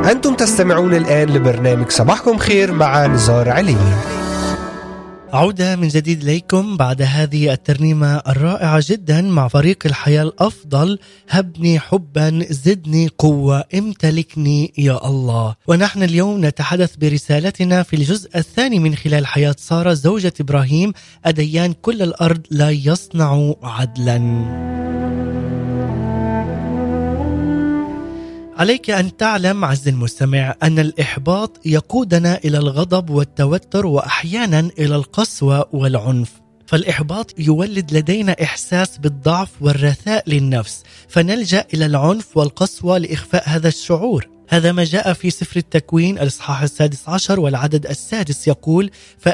أنتم تستمعون الآن لبرنامج صباحكم خير مع نزار علي. عودة من جديد إليكم بعد هذه الترنيمة الرائعة جدا مع فريق الحياة الأفضل. هبني حبا زدني قوة امتلكني يا الله. ونحن اليوم نتحدث برسالتنا في الجزء الثاني من خلال حياة سارة زوجة إبراهيم. أديان كل الأرض لا يصنع عدلا. عليك أن تعلم عز المستمع أن الإحباط يقودنا إلى الغضب والتوتر وأحيانا إلى القسوة والعنف. فالإحباط يولد لدينا إحساس بالضعف والرثاء للنفس، فنلجأ إلى العنف والقسوة لإخفاء هذا الشعور. هذا ما جاء في سفر التكوين الإصحاح السادس عشر والعدد السادس، يقول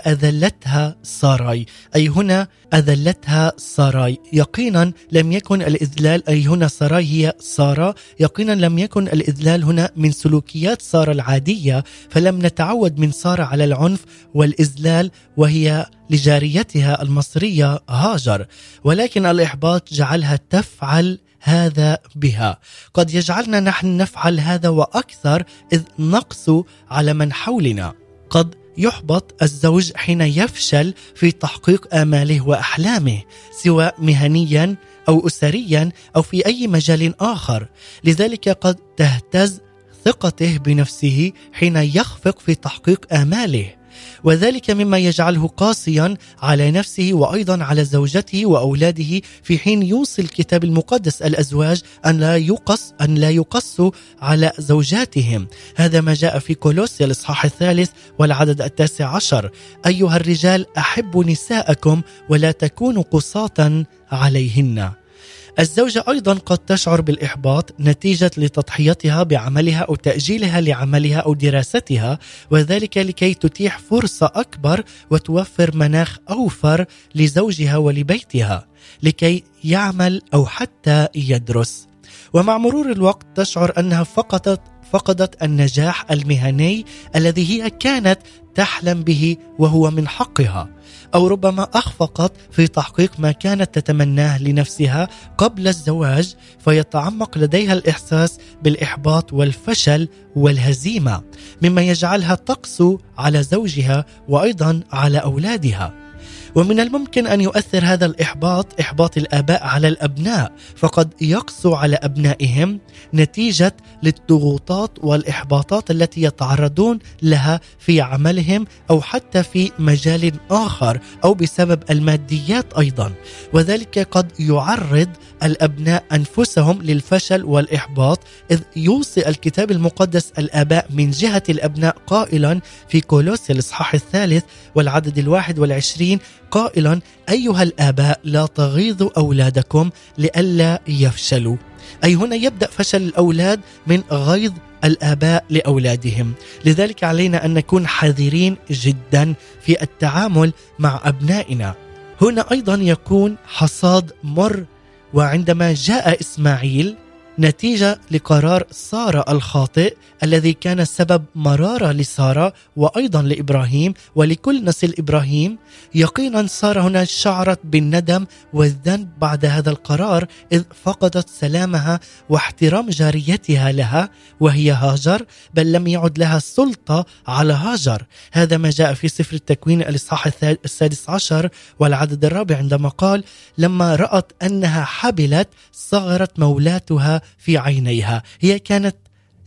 فأذلتها ساراي، أي هنا أذلتها ساراي. يقينا لم يكن الإذلال، أي هنا ساراي هي سارة، يقينا لم يكن الإذلال هنا من سلوكيات سارة العادية، فلم نتعود من سارة على العنف والإذلال وهي لجاريتها المصرية هاجر، ولكن الإحباط جعلها تفعل هذا بها. قد يجعلنا نحن نفعل هذا وأكثر إذ نقسو على من حولنا. قد يحبط الزوج حين يفشل في تحقيق آماله وأحلامه، سواء مهنيا أو أسريا أو في أي مجال آخر. لذلك قد تهتز ثقته بنفسه حين يخفق في تحقيق آماله، وذلك مما يجعله قاسيا على نفسه وأيضا على زوجته وأولاده، في حين يوصي الكتاب المقدس الأزواج أن لا يقص أن لا يقصوا على زوجاتهم. هذا ما جاء في كولوسي الإصحاح الثالث والعدد التاسع عشر: أيها الرجال أحبوا نساءكم ولا تكونوا قساطا عليهن. الزوجة أيضا قد تشعر بالإحباط نتيجة لتضحيتها بعملها أو تأجيلها لعملها أو دراستها، وذلك لكي تتيح فرصة أكبر وتوفر مناخ أوفر لزوجها ولبيتها لكي يعمل أو حتى يدرس. ومع مرور الوقت تشعر أنها فقدت فقدت النجاح المهني الذي هي كانت تحلم به وهو من حقها، أو ربما أخفقت في تحقيق ما كانت تتمناه لنفسها قبل الزواج، فيتعمق لديها الإحساس بالإحباط والفشل والهزيمة، مما يجعلها تقسو على زوجها وأيضا على أولادها. ومن الممكن أن يؤثر هذا الإحباط إحباط الآباء على الأبناء، فقد يقسو على أبنائهم نتيجة للضغوطات والإحباطات التي يتعرضون لها في عملهم أو حتى في مجال آخر أو بسبب الماديات أيضا، وذلك قد يعرض الأبناء أنفسهم للفشل والإحباط، إذ يوصي الكتاب المقدس الآباء من جهة الأبناء قائلا في كولوسي الإصحاح الثالث والعدد الواحد والعشرين قائلا: أيها الآباء لا تغيظوا أولادكم لئلا يفشلوا. أي هنا يبدأ فشل الأولاد من غيظ الآباء لأولادهم. لذلك علينا أن نكون حذرين جدا في التعامل مع أبنائنا. هنا أيضا يكون حصاد مر. وعندما جاء إسماعيل نتيجة لقرار سارة الخاطئ الذي كان سبب مرارة لسارة وأيضا لإبراهيم ولكل نسل إبراهيم، يقينا سارة هنا شعرت بالندم والذنب بعد هذا القرار، إذ فقدت سلامها واحترام جاريتها لها وهي هاجر، بل لم يعد لها سلطة على هاجر. هذا ما جاء في سفر التكوين الإصحاح السادس عشر والعدد الرابع، عندما قال: لما رأت أنها حبلت صغرت مولاتها في عينيها. هي كانت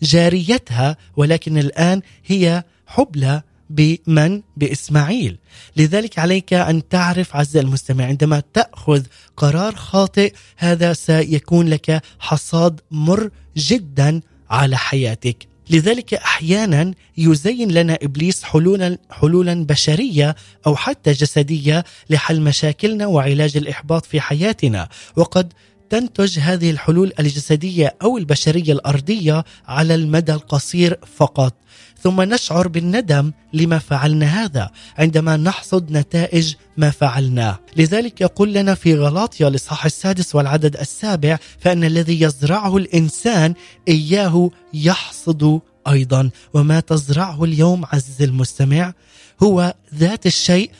جاريتها ولكن الآن هي حبلى بمن؟ بإسماعيل. لذلك عليك أن تعرف عز المستمع، عندما تأخذ قرار خاطئ هذا سيكون لك حصاد مر جدا على حياتك. لذلك أحيانا يزين لنا إبليس حلولا, حلولا بشرية أو حتى جسدية لحل مشاكلنا وعلاج الإحباط في حياتنا، وقد تنتج هذه الحلول الجسدية أو البشرية الأرضية على المدى القصير فقط، ثم نشعر بالندم لما فعلنا هذا عندما نحصد نتائج ما فعلناه. لذلك يقول لنا في غلاطيا الإصحاح السادس والعدد السابع: فإن الذي يزرعه الإنسان إياه يحصد أيضا، وما تزرعه اليوم عزيزي المستمع هو ذات الشيء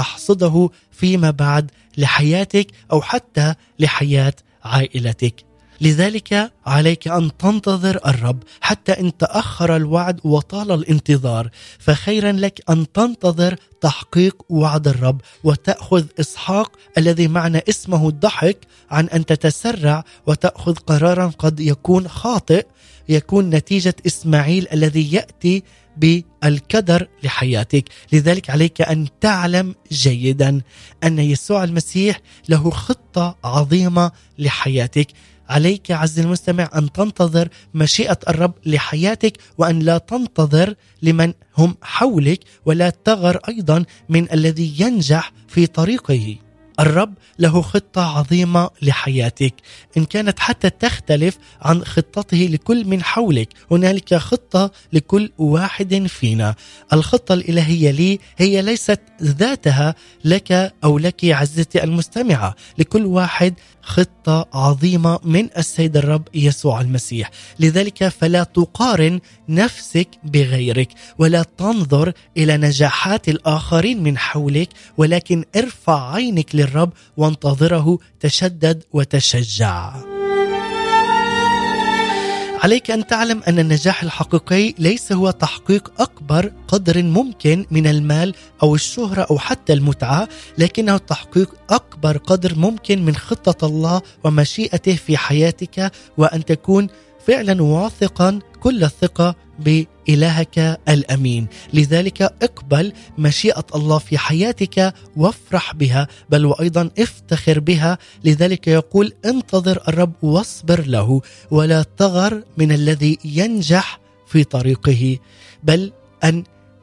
ستحصده فيما بعد لحياتك أو حتى لحياة عائلتك. لذلك عليك أن تنتظر الرب حتى إن تأخر الوعد وطال الانتظار، فخيرا لك أن تنتظر تحقيق وعد الرب وتأخذ إسحاق الذي معنى اسمه الضحك عن أن تتسرع وتأخذ قرارا قد يكون خاطئ، يكون نتيجة إسماعيل الذي يأتي بالكدر لحياتك. لذلك عليك أن تعلم جيدا أن يسوع المسيح له خطة عظيمة لحياتك. عليك عز المستمع أن تنتظر مشيئة الرب لحياتك، وأن لا تنتظر لمن هم حولك، ولا تغر أيضا من الذي ينجح في طريقه. الرب له خطة عظيمة لحياتك، إن كانت حتى تختلف عن خطته لكل من حولك. هنالك خطة لكل واحد فينا. الخطة الإلهية لي هي ليست ذاتها لك أو لك عزتي المستمعة، لكل واحد خطة عظيمة من السيد الرب يسوع المسيح. لذلك فلا تقارن نفسك بغيرك، ولا تنظر إلى نجاحات الآخرين من حولك، ولكن ارفع عينك للرب وانتظره، تشدد وتشجع. عليك أن تعلم أن النجاح الحقيقي ليس هو تحقيق أكبر قدر ممكن من المال أو الشهرة أو حتى المتعة، لكنه تحقيق أكبر قدر ممكن من خطة الله ومشيئته في حياتك، وأن تكون فعلا واثقا كل الثقة بإلهك الأمين. لذلك اقبل مشيئة الله في حياتك وافرح بها، بل وأيضا افتخر بها. لذلك يقول انتظر الرب واصبر له، ولا تغر من الذي ينجح في طريقه، بل أن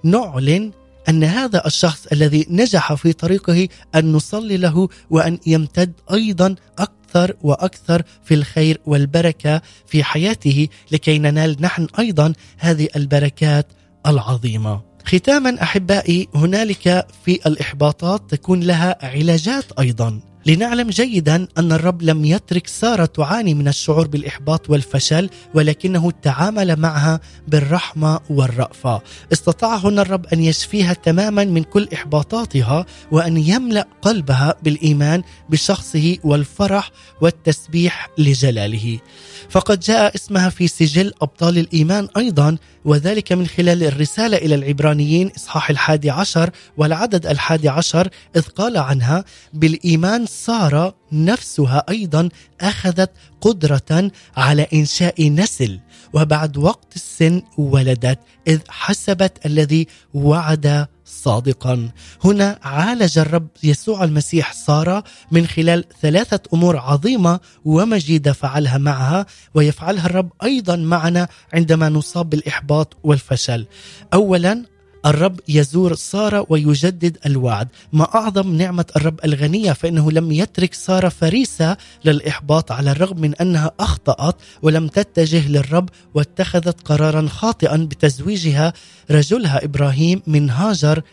نعلن أن هذا الشخص الذي نجح في طريقه أن نصلي له، وأن يمتد أيضا أكثر وأكثر في الخير والبركة في حياته، لكي ننال نحن أيضا هذه البركات العظيمة. ختاما أحبائي، هنالك في الإحباطات تكون لها علاجات أيضا. لنعلم جيدا أن الرب لم يترك سارة تعاني من الشعور بالإحباط والفشل، ولكنه تعامل معها بالرحمة والرأفة. استطاع هنا الرب أن يشفيها تماما من كل إحباطاتها، وأن يملأ قلبها بالإيمان بشخصه والفرح والتسبيح لجلاله. فقد جاء اسمها في سجل أبطال الإيمان أيضا، وذلك من خلال الرسالة إلى العبرانيين إصحاح الحادي عشر والعدد الحادي عشر، إذ قال عنها بالإيمان سارة نفسها أيضا أخذت قدرة على إنشاء نسل، وبعد وقت السن ولدت، إذ حسبت الذي وعد صادقا. هنا عالج الرب يسوع المسيح سارة من خلال ثلاثة أمور عظيمة ومجيدة فعلها معها، ويفعلها الرب أيضا معنا عندما نصاب بالإحباط والفشل. أولا، الرب يزور سارة ويجدد الوعد. ما أعظم نعمة الرب الغنية، فإنه لم يترك سارة فريسة للإحباط على الرغم من أنها أخطأت ولم تتجه للرب، واتخذت قرارا خاطئا بتزويجها رجلها إبراهيم من هاجر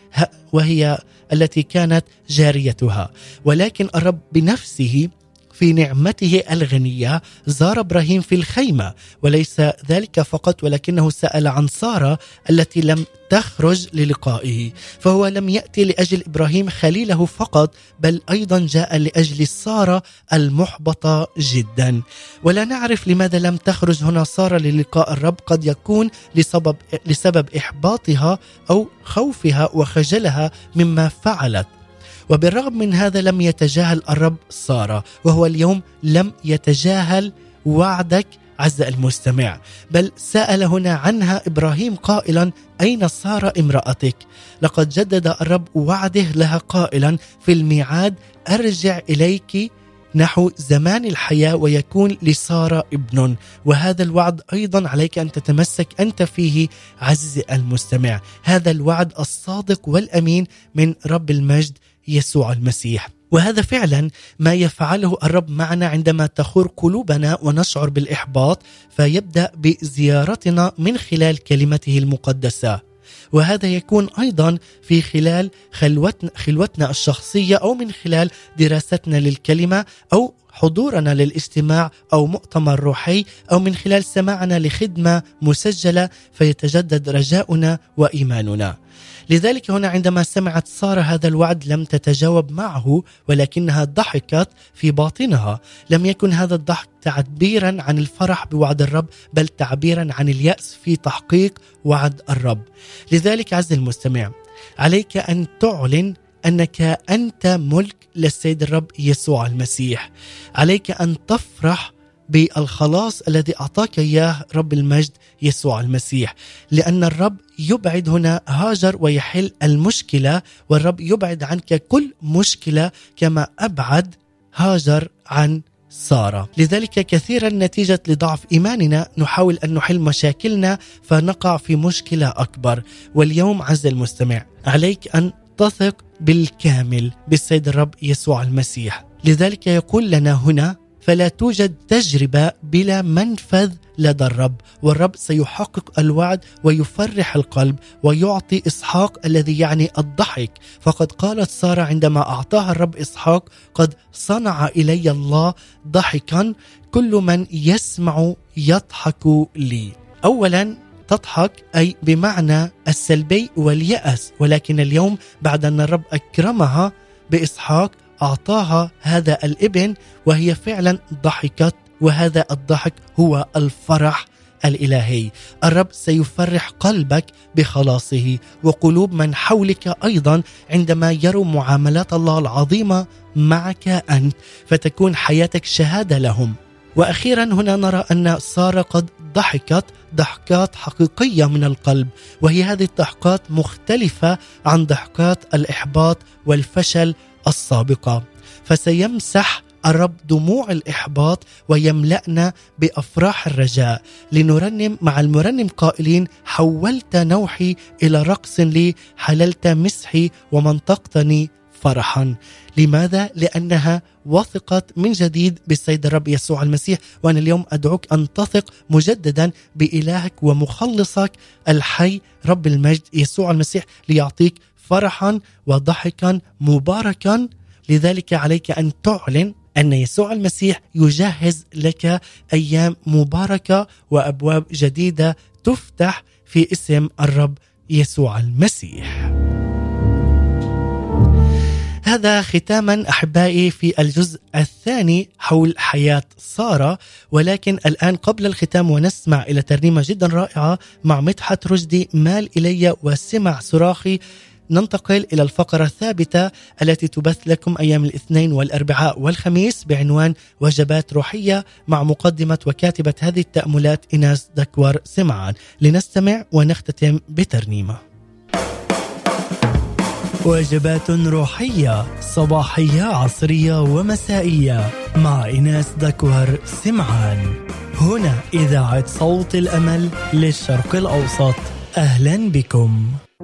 وهي التي كانت جاريتها. ولكن الرب بنفسه في نعمته الغنية زار إبراهيم في الخيمة، وليس ذلك فقط، ولكنه سأل عن سارة التي لم تخرج للقائه. فهو لم يأتي لأجل إبراهيم خليله فقط، بل أيضا جاء لأجل سارة المحبطة جدا. ولا نعرف لماذا لم تخرج هنا سارة للقاء الرب. قد يكون لسبب, لسبب إحباطها أو خوفها وخجلها مما فعلت. وبالرغم من هذا لم يتجاهل الرب سارة، وهو اليوم لم يتجاهل وعدك عز المستمع، بل سأل هنا عنها إبراهيم قائلا أين سارة امرأتك؟ لقد جدد الرب وعده لها قائلا في الميعاد أرجع إليك نحو زمان الحياة ويكون لسارة ابن. وهذا الوعد أيضا عليك أن تتمسك أنت فيه عزيزي المستمع، هذا الوعد الصادق والأمين من رب المجد يسوع المسيح. وهذا فعلا ما يفعله الرب معنا عندما تخور قلوبنا ونشعر بالإحباط، فيبدأ بزيارتنا من خلال كلمته المقدسة. وهذا يكون أيضا في خلال خلوتنا, خلوتنا الشخصية، أو من خلال دراستنا للكلمة، أو حضورنا للاجتماع أو مؤتمر روحي أو من خلال سماعنا لخدمة مسجلة فيتجدد رجاؤنا وإيماننا. لذلك هنا عندما سمعت سارة هذا الوعد لم تتجاوب معه، ولكنها ضحكت في باطنها. لم يكن هذا الضحك تعبيرا عن الفرح بوعد الرب، بل تعبيرا عن اليأس في تحقيق وعد الرب. لذلك عز المستمع، عليك أن تعلن أنك أنت ملك للسيد الرب يسوع المسيح. عليك أن تفرح بالخلاص الذي أعطاك إياه رب المجد يسوع المسيح، لأن الرب يبعد هنا هاجر ويحل المشكلة، والرب يبعد عنك كل مشكلة كما أبعد هاجر عن سارة. لذلك كثيرا نتيجة لضعف إيماننا نحاول أن نحل مشاكلنا فنقع في مشكلة أكبر. واليوم عز المستمع، عليك أن تثق بالكامل بالسيد الرب يسوع المسيح. لذلك يقول لنا هنا: فلا توجد تجربة بلا منفذ لدى الرب، والرب سيحقق الوعد ويفرح القلب ويعطي إسحاق الذي يعني الضحك. فقد قالت سارة عندما أعطاها الرب إسحاق: قد صنع إلي الله ضحكا، كل من يسمع يضحك لي. أولا تضحك أي بمعنى السلبي واليأس، ولكن اليوم بعد أن الرب أكرمها بإسحاق أعطاها هذا الابن وهي فعلا ضحكت، وهذا الضحك هو الفرح الإلهي. الرب سيفرح قلبك بخلاصه وقلوب من حولك أيضا عندما يروا معاملات الله العظيمة معك أنت، فتكون حياتك شهادة لهم. وأخيرا هنا نرى أن سارة قد ضحكت ضحكات حقيقية من القلب، وهي هذه الضحكات مختلفة عن ضحكات الإحباط والفشل السابقة. فسيمسح الرب دموع الإحباط ويملأنا بأفراح الرجاء، لنرنم مع المرنم قائلين: حولت نوحي إلى رقص لي، حللت مسحي ومنطقتني فرحا. لماذا؟ لأنها وثقت من جديد بالسيد الرب يسوع المسيح. وأنا اليوم أدعوك أن تثق مجددا بإلهك ومخلصك الحي رب المجد يسوع المسيح ليعطيك فرحا وضحكا مباركا. لذلك عليك أن تعلن أن يسوع المسيح يجهز لك أيام مباركة وأبواب جديدة تفتح في اسم الرب يسوع المسيح. هذا ختاما أحبائي في الجزء الثاني حول حياة سارة. ولكن الآن قبل الختام ونسمع إلى ترنيمة جدا رائعة مع مدحت رشدي، مال إلي وسمع صراخي، ننتقل إلى الفقرة الثابتة التي تبث لكم أيام الاثنين والأربعاء والخميس بعنوان وجبات روحية مع مقدمة وكاتبة هذه التأملات إيناس دكوار سمعان. لنستمع ونختتم بترنيمة. وجبات روحية صباحية عصرية ومسائية مع إيناس دكوار سمعان، هنا إذاعة صوت الأمل للشرق الأوسط. أهلا بكم.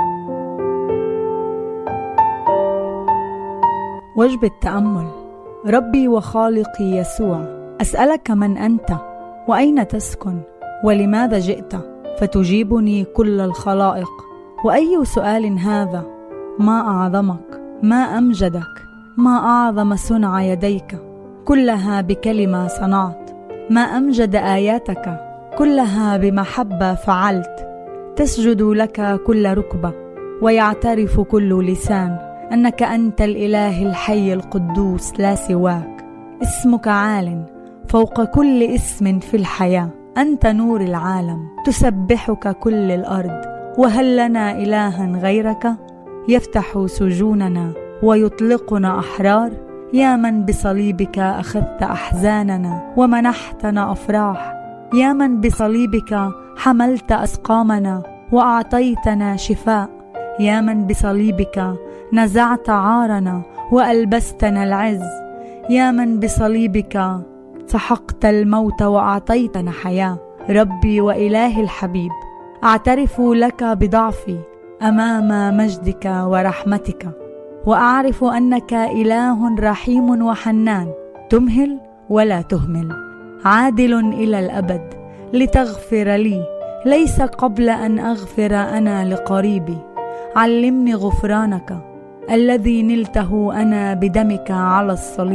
وجبة تأمل. ربي وخالقي يسوع، أسألك من أنت وأين تسكن ولماذا جئت؟ فتجيبني كل الخلائق. وأي سؤال هذا؟ ما أعظمك، ما أمجدك، ما أعظم صنع يديك، كلها بكلمة صنعت. ما أمجد آياتك، كلها بمحبة فعلت. تسجد لك كل ركبة ويعترف كل لسان أنك أنت الإله الحي القدوس لا سواك. اسمك عال فوق كل اسم في الحياة، أنت نور العالم، تسبحك كل الأرض. وهل لنا إلها غيرك يفتح سجوننا ويطلقنا أحرار؟ يا من بصليبك أخذت أحزاننا ومنحتنا أفراح، يا من بصليبك حملت أسقامنا وأعطيتنا شفاء، يا من بصليبك نزعت عارنا وألبستنا العز، يا من بصليبك سحقت الموت وأعطيتنا حياة. ربي وإلهي الحبيب، أعترف لك بضعفي أمام مجدك ورحمتك، وأعرف أنك إله رحيم وحنان، تمهل ولا تهمل، عادل إلى الأبد لتغفر لي، ليس قبل أن أغفر أنا لقريبي. علمني غفرانك الذي نلته أنا بدمك على الصليب.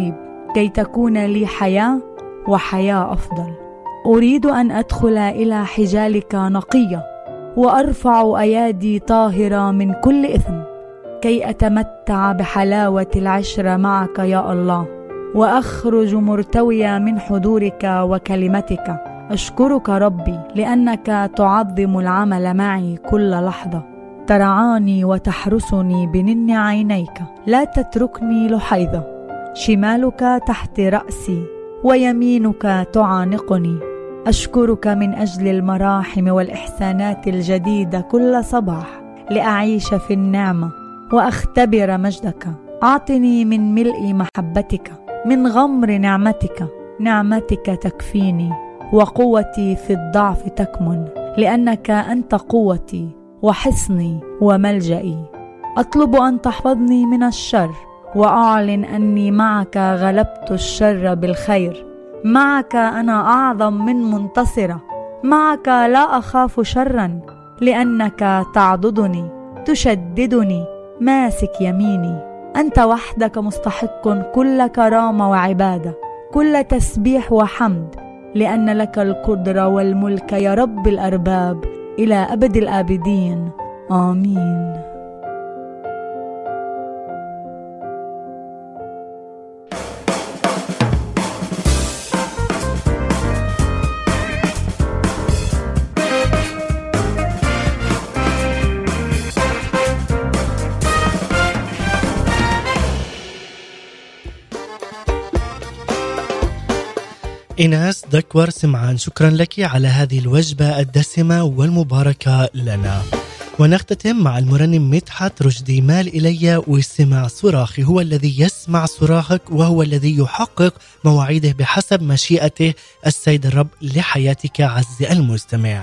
كي تكون لي حياة وحياة أفضل. أريد أن أدخل إلى حجالك نقية وأرفع أيادي طاهرة من كل إثم، كي أتمتع بحلاوة العشرة معك يا الله، وأخرج مرتوية من حضورك وكلمتك. أشكرك ربي لأنك تعظم العمل معي كل لحظة، ترعاني وتحرسني بنن عينيك، لا تتركني لحيظة. شمالك تحت رأسي ويمينك تعانقني. أشكرك من أجل المراحم والإحسانات الجديدة كل صباح، لأعيش في النعمة وأختبر مجدك. أعطني من ملء محبتك، من غمر نعمتك. نعمتك تكفيني، وقوتي في الضعف تكمن، لأنك أنت قوتي وحصني وملجئي. أطلب أن تحفظني من الشر، وأعلن أني معك غلبت الشر بالخير. معك أنا أعظم من منتصرة، معك لا أخاف شرا، لأنك تعضدني تشددني ماسك يميني. أنت وحدك مستحق كل كرامة وعبادة، كل تسبيح وحمد، لأن لك القدرة والملك يا رب الأرباب إلى أبد الآبدين. آمين. إيناس دكور سمعان، شكرا لك على هذه الوجبة الدسمة والمباركة لنا. ونختتم مع المرنم مدحت رشدي. مال إلي وسمع صراخي، هو الذي يسمع صراخك وهو الذي يحقق مواعيده بحسب مشيئته السيد الرب لحياتك عز المستمع.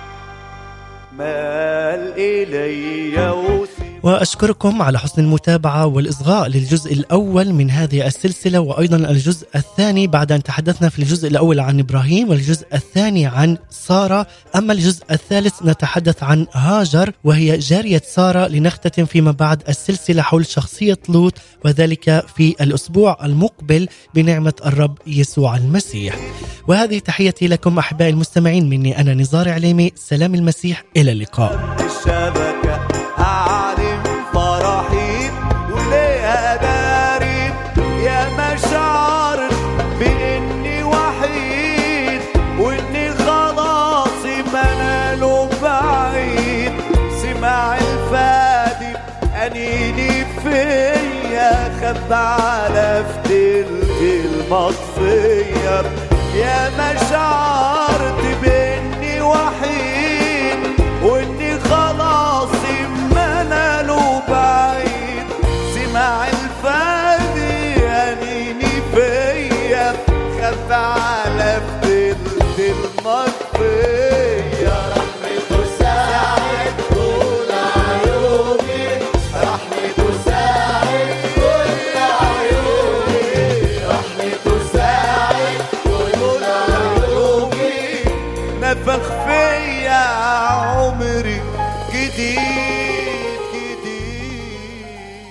مال إلي وسمع. وأشكركم على حسن المتابعة والإصغاء للجزء الأول من هذه السلسلة، وأيضا الجزء الثاني بعد أن تحدثنا في الجزء الأول عن إبراهيم والجزء الثاني عن سارة. أما الجزء الثالث نتحدث عن هاجر وهي جارية سارة، لنختتم فيما بعد السلسلة حول شخصية لوط، وذلك في الأسبوع المقبل بنعمة الرب يسوع المسيح. وهذه تحيتي لكم أحبائي المستمعين، مني أنا نزار عليمي. سلام المسيح، إلى اللقاء. الشبكة أعلم فرحي وليها داري يا مشاعر بإني وحيد، وإني خلاص مناله بعيد. سمع الفادي أنيني فيا، خب على فتلتي المطفية. يا مشاعر بإني وحيد، وإني خلاص مناله بعيد. سمع الفادي أنيني فيا، خف على فتلت المطفية. رحمته ساعد كل عيوبي، رحمته ساعد كل عيوبي، رحمته ساعد كل عيوبي. نفخ فيا عمري جديد جديد.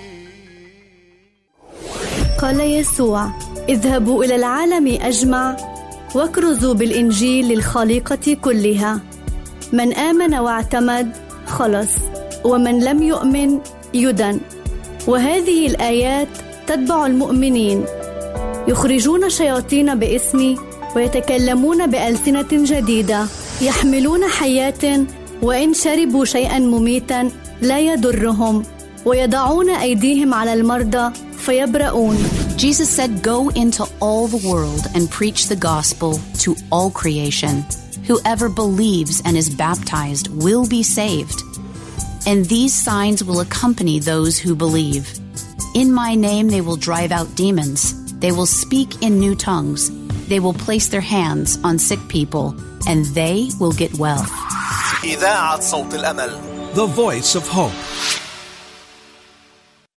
قال يسوع: اذهبوا إلى العالم أجمع واكرزوا بالإنجيل للخليقة كلها. من آمن واعتمد خلص، ومن لم يؤمن يدن. وهذه الآيات تتبع المؤمنين: يخرجون شياطين باسمي، ويتكلمون بألسنة جديدة، يحملون حيات، وإن شربوا شيئا مميتا لا يضرهم، ويضعون أيديهم على المرضى فيبرؤون. Jesus said, "Go into all the world and preach the gospel to all creation. Whoever believes and is baptized will be saved. And these signs will accompany those who believe. In my name they will drive out demons. They will speak in new tongues. They will place their hands on sick people, and they will get well." إذاعة صوت الأمل. The voice of hope.